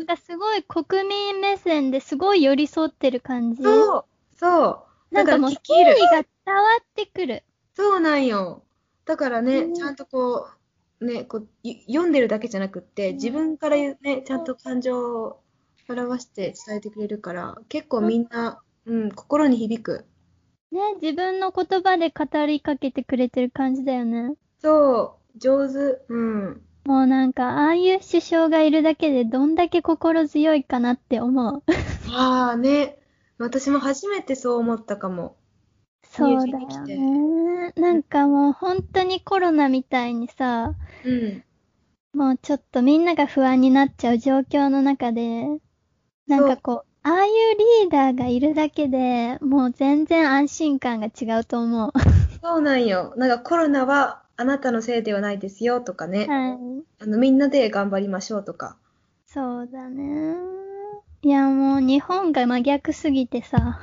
かすごい国民目線ですごい寄り添ってる感じ。 そう、そう。 なんかもうだから聞ける。 経緯が伝わってくる。 そうなんよ。だからね、 うんちゃんとこう、ね、こう、い読んでるだけじゃなくって、自分から言うね、ちゃんと感情を表して伝えてくれるから、結構みんな、うん、心に響く。 ね、自分の言葉で語りかけてくれてる感じだよね。 そう、上手。うん。 もうなんか、ああいう首相がいるだけでどんだけ心強いかなって思う。 ああね、私も初めてそう思ったかも。ニューそうだよジーに来て。 ね。なんかもう本当にコロナみたいにさ、 うん。 もうちょっとみんなが不安になっちゃう状況の中で、なんそう、 かこう、ああいうリーダーがいるだけでもう全然安心感が違うと思う。 そうなんよ。なんかコロナはあなたのせいではないですよとかね。 はい。 あの、みんなで頑張りましょうとか。 そうだね。いやもう日本が真逆すぎてさ、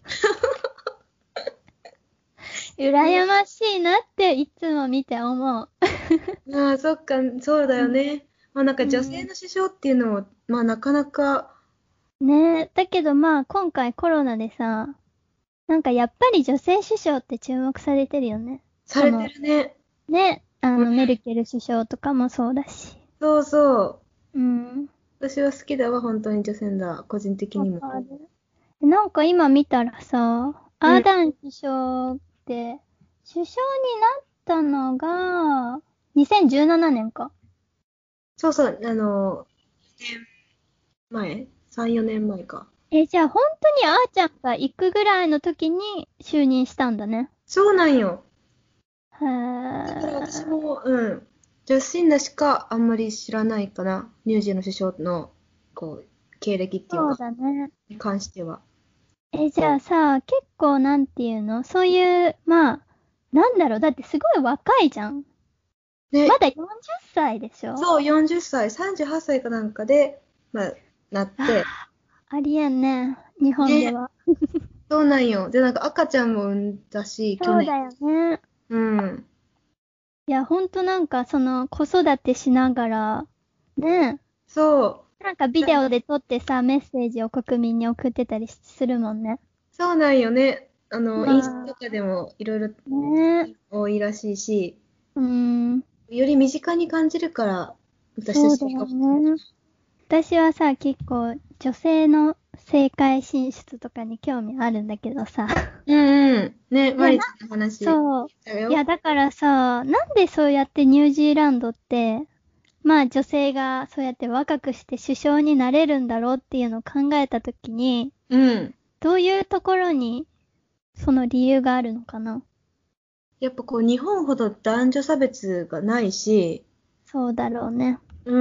羨ましいなっていつも見て思う。 ああ、そっか、そうだよね。まあなんか女性うんの首相っていうのも、まあなかなか、 ねえ、だけどまあ今回コロナでさ、なんかやっぱり女性首相って注目されてるよね。 されてるね。 ね、あの、 うんメルケル首相とかもそうだし。 そうそう。 うん。 私は好きだわ、本当に女性だ、個人的にも。 わかる。なんか今見たらさ、アうん。 ーダーン首相って首相になったのがにせんじゅうななねんか。 そうそう、あの、前 ?さん、よねんまえか。 え、じゃあ本当にあーちゃんが行くぐらいの時に就任したんだね。 そうなんよ。 へだから私ー。 も、うん、女子信羅しかあんまり知らないかな。ニュージーの首相の、こう、経歴っていうそうか、 だね。 に関しては。 え、じゃあさ、結構なんていうのそういう、まあ、なんだろう、だってすごい若いじゃん。 ね、 まだよんじゅっさいでしょ？ そう、よんじゅっさい、さんじゅうはっさいかなんかで、まあ、なって、 ありえんね、日本でね、 は。 そうなんよ。で、なんか赤ちゃんも産んだし、去年。 そうだよね。 うん。 いや、ほんとなんかその子育てしながら、ね、 そなんかビデオで撮ってさ、メッセージを国民に送ってたりするもんね。 う、そうなんよね。あの、インスタとまかでもいろいろあ、ね、 多いらしいし、 うーん、 より身近に感じるから、私そうだよたちが。 ね。私はさ、結構女性の政界進出とかに興味あるんだけどさ。 うんうん。ね、マいや、 リな、 ちゃんの話。 そう。 だよ。 いや、だからさ、なんでそうやってニュージーランドって、まあ女性がそうやって若くして首相になれるんだろうっていうのを考えたときに、 うん。 どういうところにその理由があるのかな？ やっぱこう、日本ほど男女差別がないし、 そうだろうね。 うん。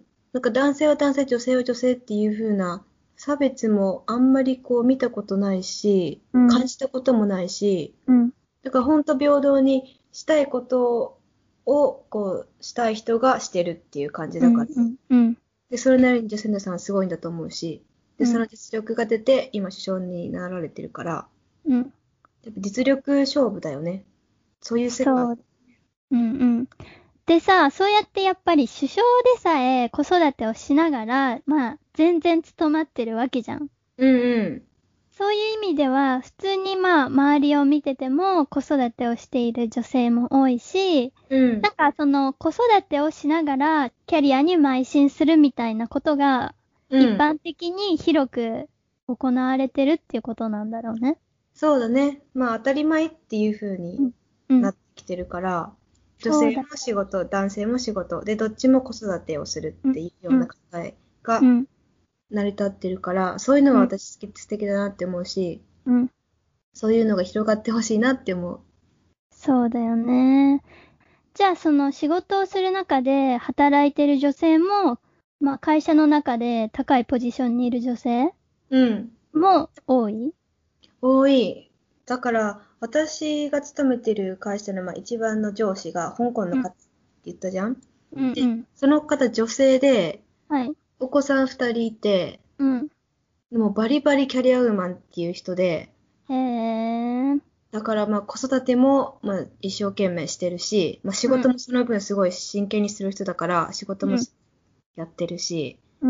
なんか男性は男性、女性は女性っていう風な差別もあんまりこう見たことないし、 うん感じたこともないし、 うん。 だから本当平等にしたいことをこうしたい人がしてるっていう感じうんだから。 うんうんで、それなりに女性のさんすごいんだと思うし、で、 うんその実力が出て今首相になられてるから、 うん。 やっぱ実力勝負だよね。そういう世界。 そう。うんうん。でさ、そうやってやっぱり首相でさえ子育てをしながら、まあ全然務まってるわけじゃん。 うんうん。 そういう意味では、普通にまあ周りを見てても子育てをしている女性も多いし、 うんなんかその子育てをしながらキャリアに邁進するみたいなことがうん。 一般的に広く行われてるっていうことなんだろうね。 そうだね。まあ当たり前っていう風にうん。うんなってきてるから、女性そうだ。 も仕事、男性も仕事、で、どっちも子育てをするっていうような考えがうん。 成り立ってるから、そういうのはうん。 私好き素敵だなって思うし、 うん。 そういうのが広がってほしいなって思う。 そうだよね。じゃあその仕事をする中で働いてる女性も、まあ会社の中で高いポジションにいる女性うん。 も多い？ 多い。だから、私が勤めてる会社の、まあ、一番の上司が香港の方って言ったじゃん。で、 うんうん。 その方女性で、 はい。 お子さん二人いて、 うん。 もうバリバリキャリアウーマンっていう人で、 へえ。 だからまあ子育てもまあ一生懸命してるし、まあ仕事もその分すごい真剣にする人だから仕事もうん。 やってるし、 うん。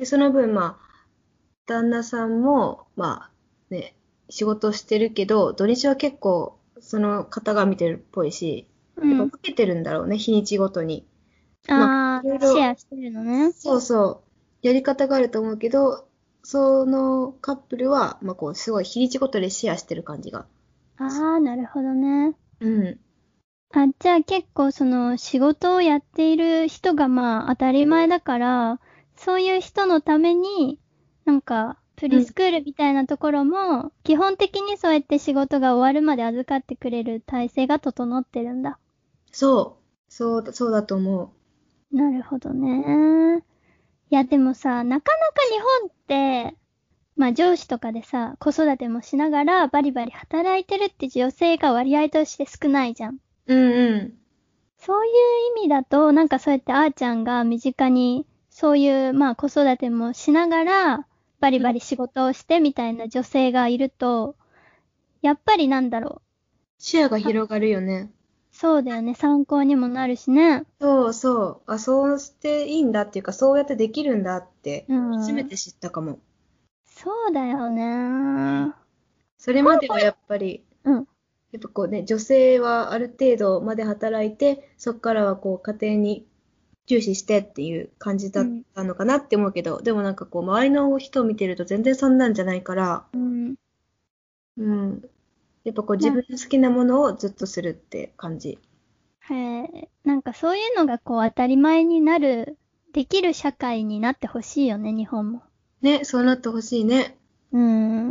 で、その分、まあ、旦那さんも、まあ、ね、仕事をしてるけど、土日は結構、その方が見てるっぽいし、やっぱうん。 分けてるんだろうね、日にちごとに。まあ、 ああ、 いろいろ、 シェアしてるのね。 そうそう、やり方があると思うけど、そのカップルは、まあ、こう、すごい日にちごとでシェアしてる感じが。 ああ、なるほどね。 うん。 あ、じゃあ結構その仕事をやっている人がまあ当たり前だから、そういう人のために、なんかプうん。 リスクールみたいなところも、基本的にそうやって仕事が終わるまで預かってくれる体制が整ってるんだ。 そう。そうだ、そうだと思なるほどね。いやでもさ、なかなか日本って、まあ上司とかでさ、子育てもしながらバリバリ働いてるって女性が割合として少ないじゃん。 う。うんうん。 そういう意味だと、なんかそうやってあーちゃんが身近に、そういう、まあ子育てもしながら、バリバリ仕事をしてみたいな女性がいると、やっぱりなんだろ視野がう。あ、 広がるよね。 そうだよね。参考にもなるしね。 そうそう。あ、そうしていいんだっていうか、そうやってできるんだって、 うん。 初めて知ったかも。 そうだよね。 それまではやっぱり、 うん。 やっぱこうね、女性はある程度まで働いて、そこからはこう家庭に重視してっていう感じだっうん。 たのかなって思うけど、でもなんかこう周りの人を見てると全然そんなんじゃないから、 うん。 うん。やっぱこう自な、 分の好きなものをずっとするって感じ。 へえ、なんかそういうのがこう当たり前になる、できる社会になってほしいよね、日本も。 ね、そうなってほしいね。 うん。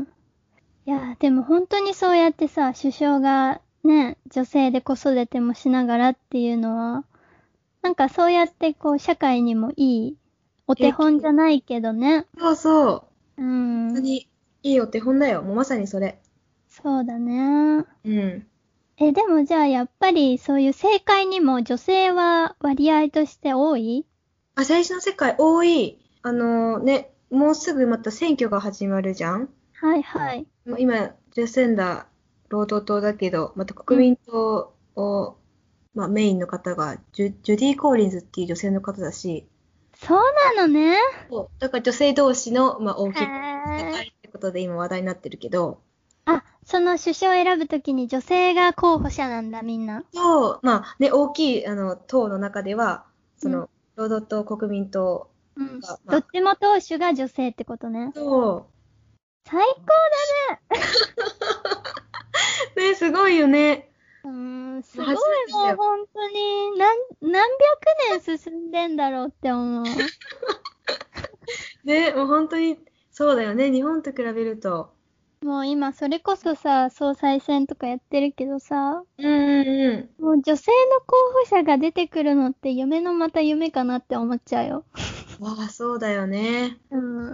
いや、でも本当にそうやってさ、首相がね、女性で子育てもしながらっていうのは、なんかそうやってこう、社会にもいいお手影響。 本じゃないけどね。 そうそう。 う本当ん、 にいいお手本だよ。もうまさにそれ。 そうだね。 うん。 え、でもじゃあやっぱりそういう政界にも女性は割合として多い？ あ、政治の世界多い。あのね、もうすぐまた選挙が始まるじゃん。 はいはい。 まあ今、ジェスンダー労働党だけど、またうん。 国民党を、まあ、メインの方がジュ、ジュディ・コーリンズっていう女性の方だし、 そうなのね。 そうだから女性同士の、まあ、大へきく戦いえ。 ってことで今話題になってるけど、 あ、その首相を選ぶときに女性が候補者なんだ、みんな。 そう、まあね、大きいあの党の中では、そうん。 の、労働党、国民党うん。 が、まあ、 どっちも党首が女性ってことね。 そ最高だね。 う、ね、すごいよね。 うーん、すごい初めてだよ。 もう本当に何、何百年進んでんだろうって思う。 ね、もう本当に、そうだよね。日本と比べると。 もう今それこそさ、総裁選とかやってるけどさ、 うんうんうもう女性の候補者が出てくるのって夢のまた夢かなって思っちゃうよ。 ん。わあ、そうだよね。 うん。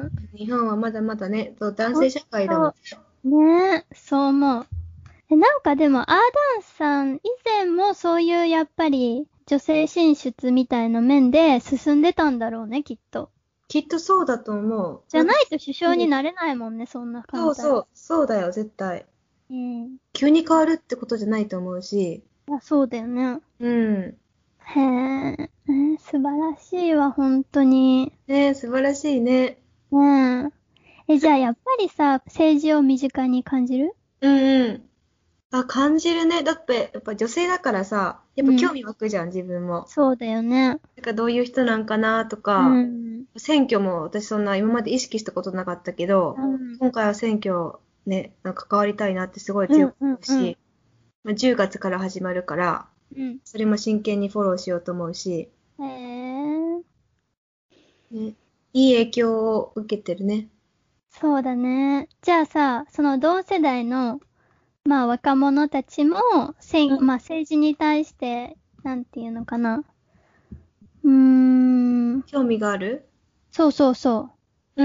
日本はまだまだね、そう男ほん性社会だもん。 と、ねえ、そう思う。え、なんかでも、アーダンさん以前もそういうやっぱり女性進出みたいな面で進んでたんだろうね、きっと。 きっとそうだと思う。なんか、 じゃないと首相うんになれないもんね、そんな簡単そうそう、そうだよ、絶対。 に。うん。 急に変わるってことじゃないと思うし。 いや、そうだよね。 うん。 へえ、えー素晴らしいわ、本当に。 ね、素晴らしいね。 ねえ。え、じゃあやっぱりさ、政治を身近に感じる？ うんうん。あ、感じるね。だって、やっぱ女性だからさ、やっぱ興味湧くじゃん、自分も。 そうだよね。 なんかどういう人なんかなとうか、 ん。 選挙も私そんな今まで意識したことなかったけど、 うん。 今回は選挙ね、なんか関わりたいなってすごいうん強くうんうん。 思うし、まあ、じゅうがつから始まるから、 うん。 それも真剣にフォローしようと思うし、 へえ。 ね、いい影響を受けてるね。 そうだね。じゃあさ、その同世代の、まあ若者たちも、せん、 うん。 まあ政治に対して、なんていうのかな。うーん。 興味がある。 そうそうそうん。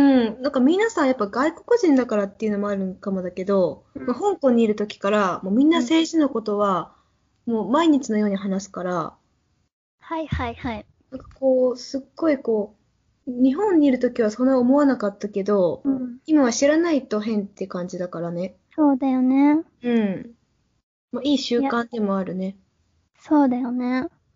なんか皆さんやっぱ外国人だからっていうのもあるかもだけど、 う。うまあ、 ん。 香港にいる時からもうみんなうん。 政治のことはもう毎日のように話すから、 はいはいはい。 なんかこう、すっごいこう、日本にいる時はそんな思わなかったけど、 うん。 今は知らないと変って感じだからね。 そうだよね。 うん。まあ、いい習いや、 慣でもあるね。 そうだよね。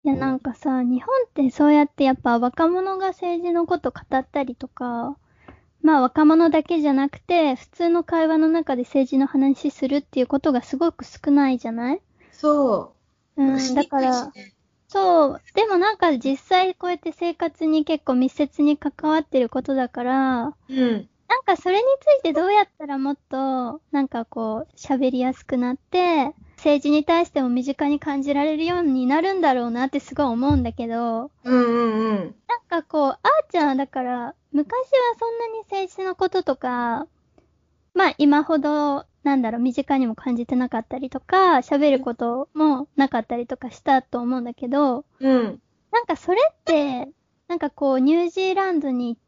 いやなんかさ、日本ってそうやってやっぱ若者が政治のこと語ったりとか、まあ若者だけじゃなくて、普通の会話の中で政治の話するっていうことがすごく少ないじゃない？ そう。なんかうん、だしにくいしから、 ね。 そう、でもなんか実際こうやって生活に結構密接に関わってることだから、 うん。 なんかそれについてどうやったらもっと、なんかこう、喋りやすくなって、政治に対しても身近に感じられるようになるんだろうなってすごい思うんだけど、 うんうんうん。 なんかこう、あーちゃんはだから、昔はそんなに政治のこととか、まあ今ほど、なんだろう、身近にも感じてなかったりとか、喋ることもなかったりとかしたと思うんだけど、 うん。 なんかそれって、なんかこう、ニュージーランドに行って、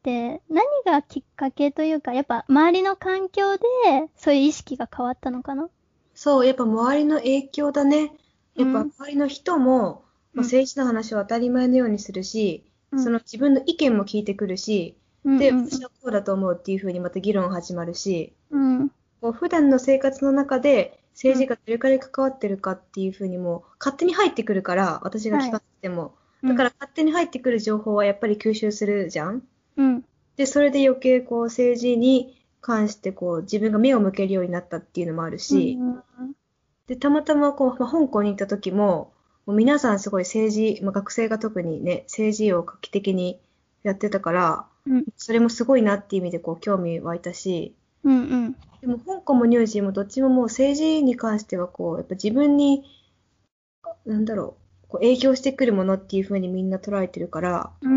何がきっかけというか、やっぱ周りの環境で、そういう意識が変わったのかな？ そう、やっぱ周りの影響だね。やっぱうん、 周りの人も、まあ、 うん、 政治の話を当たり前のようにするし、 うん、 その自分の意見も聞いてくるし、 うん、 で、 うん、 私はこうだと思うっていうふうにまた議論始まるし、 うん、 こう普段の生活の中でうん、 政治がどれくらい関わってるかっていうふうにもう勝手に入ってくるから、私が聞はい、 かせても。 うん、 だから勝手に入ってくる情報はやっぱり吸収するじゃん。 うん、 で、それで余計こう政治に関してこう自分が目を向けるようになったっていうのもあるうし、 ん、 で、たまたまこう、まあ、香港に行った時も、もう皆さんすごい政治、まあ、学生が特にね、政治を画期的にやってたから、 うん、 それもすごいなっていう意味でこう興味湧いたし、 うん、うん、 でも香港もニュージーもどっちももう政治に関してはこう、やっぱ自分に、なんだろう、こう影響してくるものっていう風にみんな捉えてるから、 うん、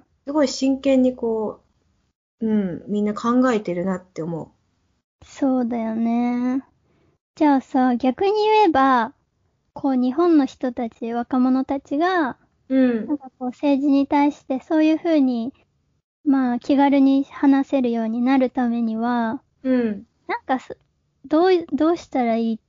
すごい真剣にこう、うん、みんな考えてるなって思そうだよね。じゃあさ、逆に言えば、こう日本の人たち、若者たちが、 う。うん、 なんかこう政治に対してそういうふうに、まあ気軽に話せるようになるためには、 うん。 なんかす、どう、どうしたらいいって、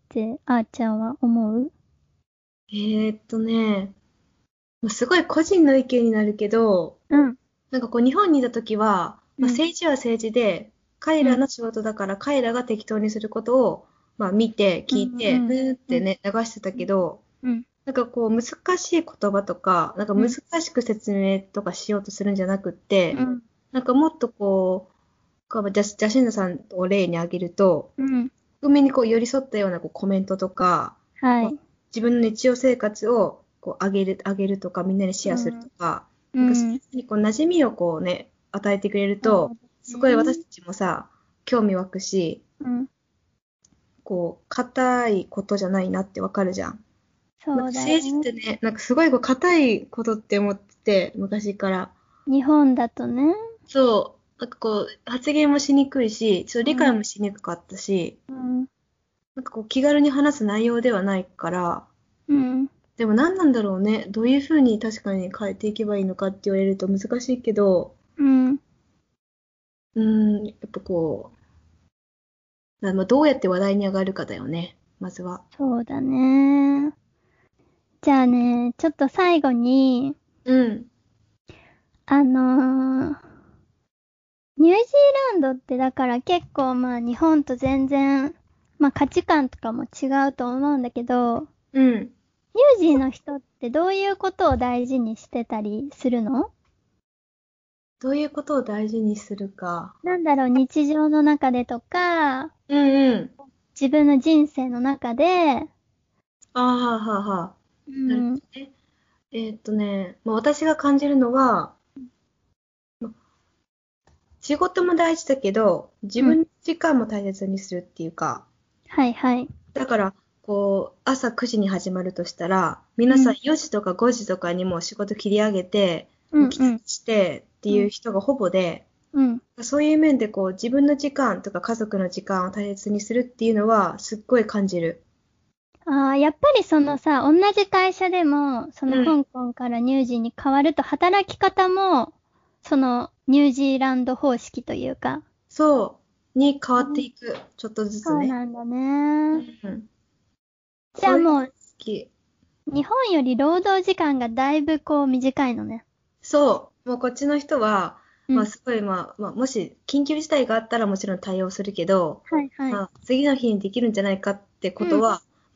あーちゃんは思う？ えーっとね、もうすごい個人の意見になるけど、 うん、 なんかこう日本にいた時は、まあ、 うん、 政治は政治で、彼うん、 らの仕事だから彼らが適当にすることを、まあ、見て、 うん、 聞いて、ふうん、うん、 ーってね、流してたけど、 うん、 なんかこう難しい言葉とか、なんか難うん、 しく説明とかしようとするんじゃなくって、 うん、 なんかもっとこう、こうジャスジャシンダさんを例に挙げると、 うん、 国民にこう寄り添ったようなこうコメントとか、こうはい、 自分の日常生活をこう上げる、上げるとか、みんなにシェアするとうん、 か、なんかそういうん、 うふうにこう馴染みをこうね、与えてくれると、 そうすごいだね。 私たちもさ、興味湧くし、 うん、 こう、硬いことじゃないなってわかるじゃん。なんかそうだよ政治ってね。 ね、なんかすごいこう硬いことって思ってて、昔から。 日本だとね。 そう、なんかこう、発言もしにくいし、ちょっと理解うん、 もしにくかったし、 うん、 なんかこう気軽に話す内容ではないから、 うん、 でも何なんだろうね。どういうふうに確かに変えていけばいいのかって言われると難しいけど、 うん、 うーん、やっぱこう、まあどうやって話題に上がるかだよね。まずは。 そうだね。じゃあね、ちょっと最後に、 うん。 あのー、ニュージーランドってだから結構まあ日本と全然、まあ価値観とかも違うと思うんだけど、 うん。 ニュージーの人ってどういうことを大事にしてたりするの？ どういうことを大事にするか。 なんだろう、日常の中でとか、 うんうん。 自分の人生の中で、 ああ、はあはあはあ。 うなるほん、 どね。えーっとね、まあ、私が感じるのは、まあ仕事も大事だけど、自うん、 分の時間も大切にするっていうか、 はいはい。 だから、こう、朝くじに始まるとしたら、皆さんうん、 よじとかごじとかにもう仕事切り上げて、 うん、 もう帰宅うん、 してってうん、 いう人がほぼで、 うん。 そういう面でこう、自分の時間とか家族の時間を大切にするっていうのは、すっごい感じる。 ああ、やっぱりそのさ、同じ会社でも、そのうん。 香港からニュージーに変わると働き方も、そのニュージーランド方式というか。 そう。に変わってうん、 いく。ちょっとずつそうね。 なんだうね。 ん。そういうの好じゃあもう、 き。 日本より労働時間がだいぶこう短いのね。 そう。もうこっちの人は、まあうん。 すごい、まあ、まあ、もし緊急事態があったらもちろん対応するけど、 はいはい。 まあ、次の日にできるんじゃないかってこうん。 とは、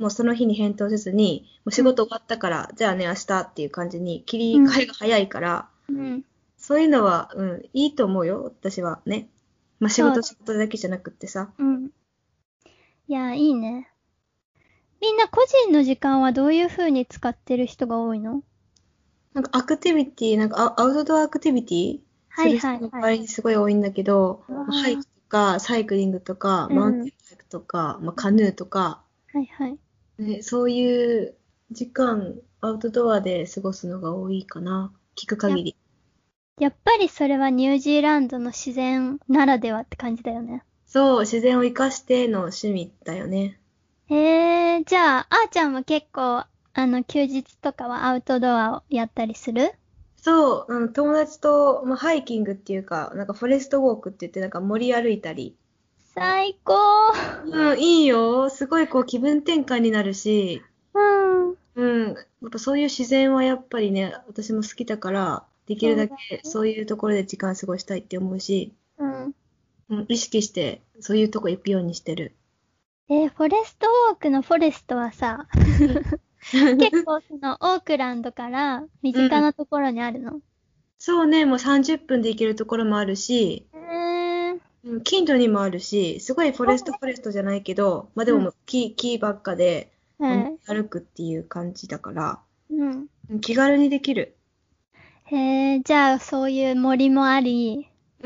もうその日に返答せずに、もう仕事終わったから、じゃあね、明日っていう感じに切り替えが早いから、 うん。 そういうのは、うん、いいと思うよ、私はね。まあ仕事仕事だけじゃなくってさ。 うん。いや、いいね。みんな個人の時間はどういう風に使ってる人が多いの？ なんかアクティビティ、なんかアアウトドアアクティビティする人の場合にすごい多いんだけど、 はいはいはいまあハイクとかサイクリングとか、 うんマウンテンバイクとか、まあ、カヌーとか、 はいはい。 ね、そういう時間、アウトドアで過ごすのが多いかな。聞く限り。 やっぱりそれはニュージーランドの自然ならではって感じだよね。 そう、自然を生かしての趣味だよね。 へえ、じゃあ、あーちゃんも結構、あの、休日とかはアウトドアをやったりする？ そう、あの友達と、まあ、ハイキングっていうか、なんかフォレストウォークって言って、なんか森歩いたり。 最高。 うん、いいよ。すごいこう気分転換になるし、 うん。 うん、やっぱそういう自然はやっぱりね、私も好きだから、できるだそうだけそういうところで時間過ごしたいって思うし、 うん。 うん、意識してそういうとこ行くようにしてる。 えーフォレストウォークのフォレストはさ、結構そのオークランドから身近なところにあるの？ そうね、もうさんじゅっぷんで行けるところもあるし、 へえー。 うん近所にもあるし、すごいフォレストフォレストじゃないけど、まあでももう木、木ばっかで、 はい。 歩くっていう感じだから、 うん。 うん気軽にできる。 へえ、じゃあそういう森もあり、 うん。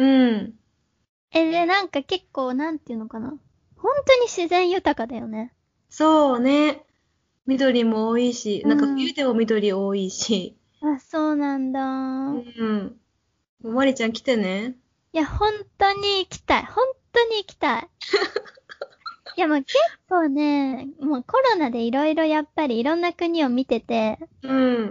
え、で、なんか結構、なんていうのかな。本当に自然豊かだよね。 そうね。緑も多いし、なんかうん。 冬でも緑多いし。 あ、そうなんうだ。 ん。まりちゃん来てね。 いや、本当に行きたい。本当に行きたい。いや、もう結構ね、もうコロナでいろいろやっぱりいろんな国を見てて、 うん。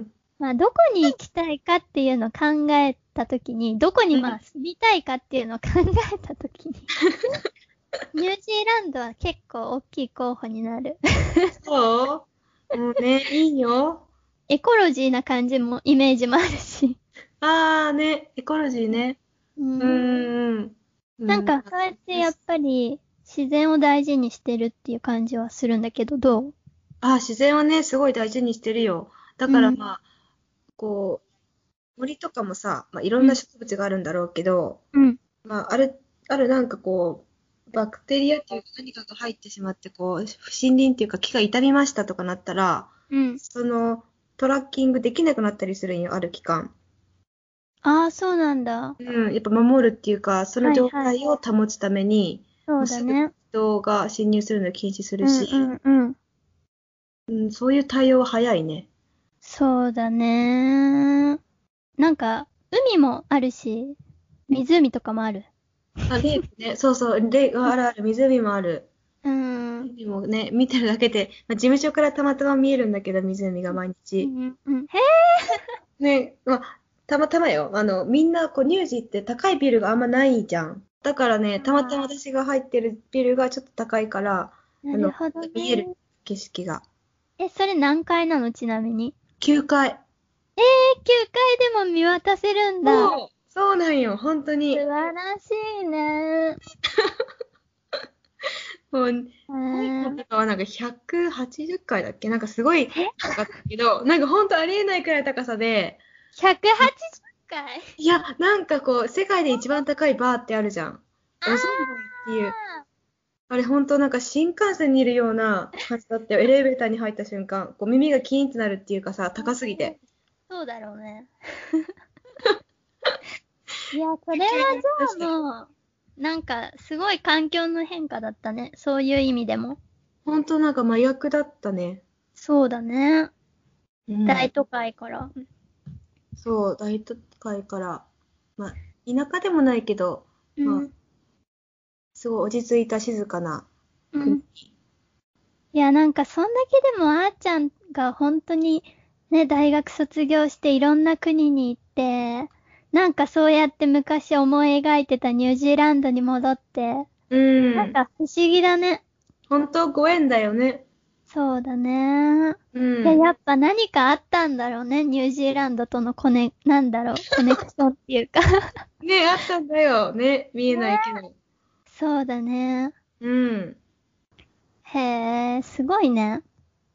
まあ、どこに行きたいかっていうのを考えたときに、どこにまあ住みたいかっていうのを考えたときに、ニュージーランドは結構大きい候補になる。 そうもうね、いいよ。 エコロジーな感じも、イメージもあるし。 あーね、エコロジーね。ううん。 ーん。うなんん。 かそうやってやっぱり自然を大事にしてるっていう感じはするんだけど、どう？ あ、自然はね、すごい大事にしてるよ。だうん。 からまあ、こう、森とかもさ、まあ、いろうん。 んな植物があるんだろうけど、 うん。 まあ、ある、あるなんかこう、バクテリアっていうか何かが入ってしまって、こう、森林っていうか木が傷みましたとかなったら、 うん。 そのトラッキングできなくなったりするんよ、ある期間。 ああ、そうなんだ。 うん、やっぱ守るっていうか、その状はいはい。 態を保つために、 そもうすぐうだね。 人が侵入するのを禁止するうんし、 うんうん。 うん、そういう対応は早いね。 そうだね。なんか、海もあるし、湖とかもある。 あ、レイクね、そうそう、レイクあるある、湖もある。 うん。うん湖もね、見てるだけで、まあ、事務所からたまたま見えるんだけど、湖が毎日。 うんうん。へね、まあ、たまたまよ。あの、みんな、こう、乳児って高いビルがあんまないじゃん。だからね、たまたまー。 私が入ってるビルがちょっと高いから、あの、 なるほど見えるね。 景色が。 え、それ何階なのちなみに？ きゅうかい。 えー、きゅうかいでも見渡せるんだ。 そう、そうなんよ、本当素に。 晴らしいね。 もう、 え香港ー、 とかはなんかひゃくはちじゅっかいだっけなんかすごいえ高かったけど、なんか本当ありえないくらい高さで、 ひゃくはちじゅっかいいや、なんかこう、世界で一番高いバーってあるじゃん。 あオゾンバーっていう。あれ本当なんか新幹線にいるような感じだったよ。エレベーターに入った瞬間、こう耳がキーンってなるっていうかさ、高すぎーて。 そうだろうね。いや、それは急に出した。 じゃあもう、なんか、すごい環境の変化だったね。そういう意味でも。 本当なんか真逆だったね。 そうだね。 うん。 大都会から。 そう、大都会から、まあ、田舎でもないけど、まあ、 うん。 すごい落ち着いた静かな国。 うん。いや、なんかそんだけでもあーちゃんが本当にね、大学卒業していろんな国に行って、なんかそうやって昔思い描いてたニュージーランドに戻って、 うなんん。 か不思議だね。 本当ご縁だよね。 そうだね。 ういや、 ん。 やっぱ何かあったんだろうね。ニュージーランドとのコネ、なんだろう、コネクションっていうか。 ね、あったんだよ。ね、見えないけね。 ど。 そうだね。 うん。 へえ、すごいね。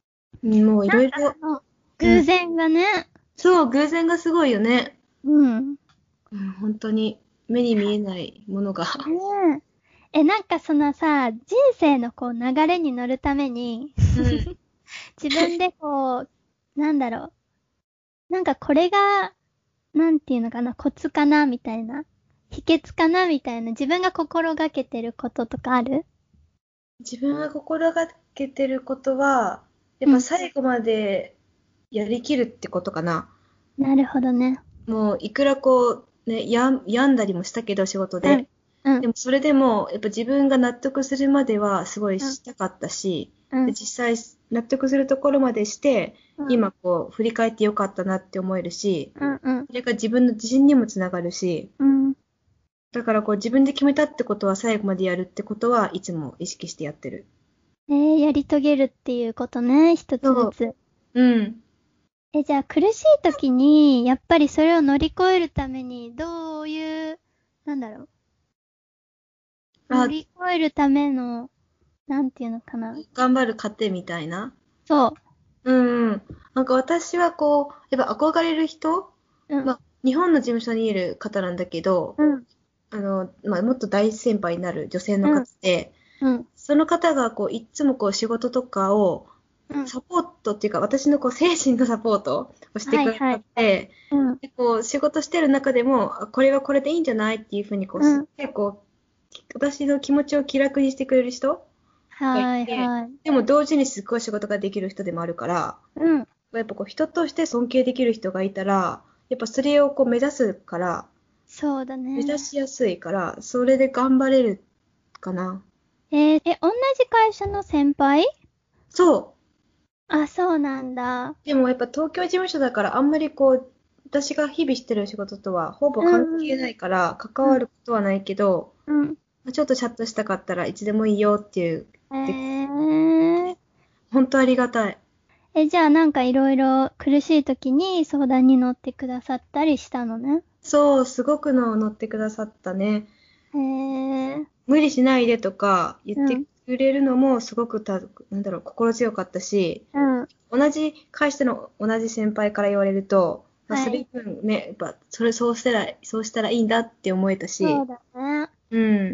うんもういろいろ、 なんかその偶然がね。 そう、偶然がすごいよね。 うん。 うん、本当に目に見えないものが。 ねえ。え、なんかそのさ、人生のこう流れに乗るために、 うん。 自分でこう、なんだろう。なんかこれが、なんていうのかな、コツかなみたいな。秘訣かなみたいな。自分が心がけてることとかある？ 自分が心がけてることは、やっうん。 ぱ最後までやりきるってことかな。 なるほどね。 もういくらこう、ね、やん病んだりもしたけど仕事うん。 で。 うん。 でもそれでもやっぱ自分が納得するまではすごいうん。 したかったし、でうん。 実際納得するところまでして、 うん。 今こう振り返ってよかったなって思えるし、 うん。うん。 それが自分の自信にもつながるし、 うん。 だからこう自分で決めたってことは最後までやるってことはいつも意識してやってる。 えー、やり遂げるっていうことね。一つずそう。 つ。 うん。 え、じゃあ苦しい時に、やっぱりそれを乗り越えるために、どういう、なんだろう。乗あ、 り越えるための、なんていうのかな。 頑張る糧みたいな。 そうんうん。なんか私はこう、やっぱ憧れる人、 う。うん。 まあ、日本の事務所にいる方なんだけど、 うん。 あの、まあ、もっと大先輩になる女性のうん。 方で、 うん。 その方がこう、いっつもこう仕事とかをうん。 サポートっていうか、私のこう精神のサポートをしてくださはいはい。 って、 うん。 でこう仕事してる中でも、あこれはこれでいいんじゃないっていうふうにこう、すっうん。 ごいこう、私の気持ちを気楽にしてくれる人がいはいて、 はい。 でも同時にすっごい仕事ができる人でもあるから、 うん。 やっぱこう人として尊敬できる人がいたら、やっぱそれをこう目指すから、 そうだ目指ね。 しやすいから、それで頑張れるかな。 えー、え、同じ会社の先輩？ そう。 あ、そうなんだ。 でもやっぱ東京事務所だからあんまりこう、私が日々してる仕事とはほぼ関係ないから関うん。 わることはないけど、 うん。 ちょっとチャットしたかったらいつでもいいよっていう、 えで、 ー。 本当ありがたい。 え、じゃあなんかいろいろ苦しい時に相談に乗ってくださったりしたのね。 そう、すごくの乗ってくださったね。 へー。 無理しないでとか言ってうん。 くれるのもすごくた、なんだろう、心強かったし、 うん。 同じ会社の同じ先輩から言われると、まあ、それはい。 分ね、やっぱ、それ、そうしたら、そうしたらいいんだって思えたし、 そうだね。 うん。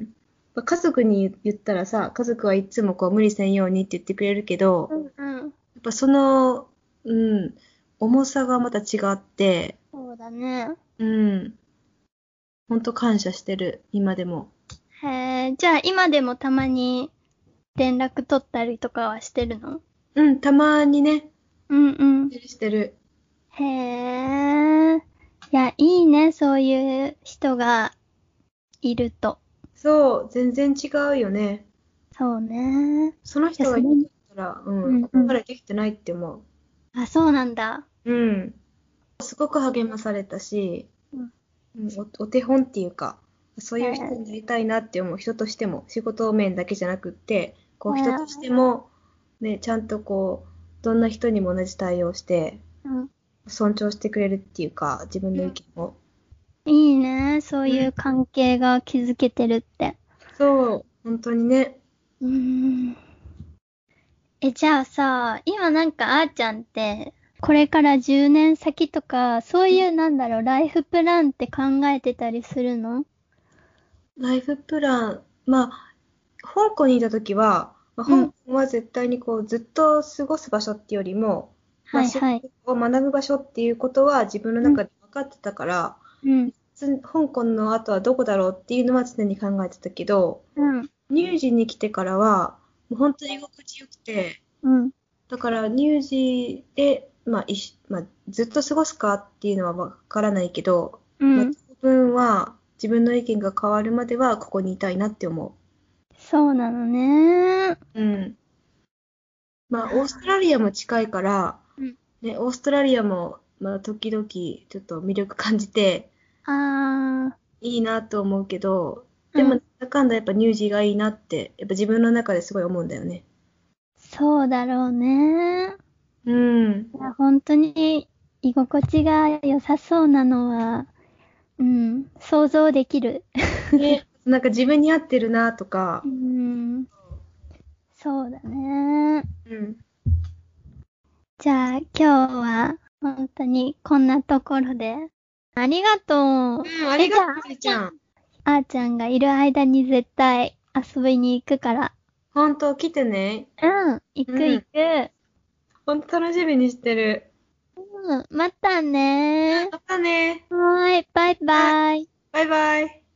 まあ家族に言ったらさ、家族はいつもこう無理せんようにって言ってくれるけど、 うんうん。 やっぱその、うん、重さがまた違って、 そうだね。 うん、ほんと感謝してる、今でも。 へー。じゃあ今でもたまに連絡取ったりとかはしてるの？ うん、たまにね、 うんうん。 してるしてる。 へー。いや、いいね、そういう人がいると。 そう、全然違うよね。 そうね。いそのや、それ、 人がいなかったら、うん、ここうんうん。 までできてないって思あ、そうなんだ。 う。うん。すごく励まされたし、 うん。 うん、お、お手本っていうか、そうへいう人にー。 なりたいなって思う人としても、仕事面だけじゃなくって、こへう人としても、ね、ちゃんとこう、どんな人にも同じ対応して、 ー。うん。 尊重してくれるっていうか、自分の意うん。 見を。 いいね、そううん。 いう関係が築けてるって。 そう、本当にね。 うーん。え、じゃあさ、今なんかあーちゃんって、これからじゅうねん先とか、そういうなんだろう、ライフプランって考えてたりするの？ ライフプラン、まあ、香港にいた時は、まあ、 うん。 香港は絶対にこうずっと過ごす場所っていうよりも、まあ、仕はいはい。 事を学ぶ場所っていうことは自分のうん。 中で分かってたから、 うん。 つ香港の後はどこだろうっていうのは常に考えてたけど、 うん。 乳児に来てからは、もう本当に居心地よくて、 うん。 だから乳児で、まあ、いしまあ、ずっと過ごすかっていうのは分からないけど、まあ、 うん。 自分は自分の意見が変わるまではここにいたいなって思そうなのね。 う。うん。まあ、オーストラリアも近いから、 うん。 ね、オーストラリアも、まあ、時々ちょっと魅力感じてあー。 いいなと思うけど、でも、なうん。 んだかんだやっぱ乳児がいいなって、やっぱ自分の中ですごい思うんだよね。 そうだろうね。 うん。 いや、本当に居心地が良さそうなのは、うん、想像できる。 ね、なんか自分に合ってるなとか、 うん、そうだね。 うん。 じゃあ今日は本当にこんなところで。ありがとう。 うん、ありがとう、 えちーちゃん。 あーちゃんがいる間に絶対遊びに行くから。 ほんと、来てね。 うん、行くうん行く。 ほんと楽しみにしてる。 うん、またねまたね。 ー。はーい、バイバイ。 バイバイ。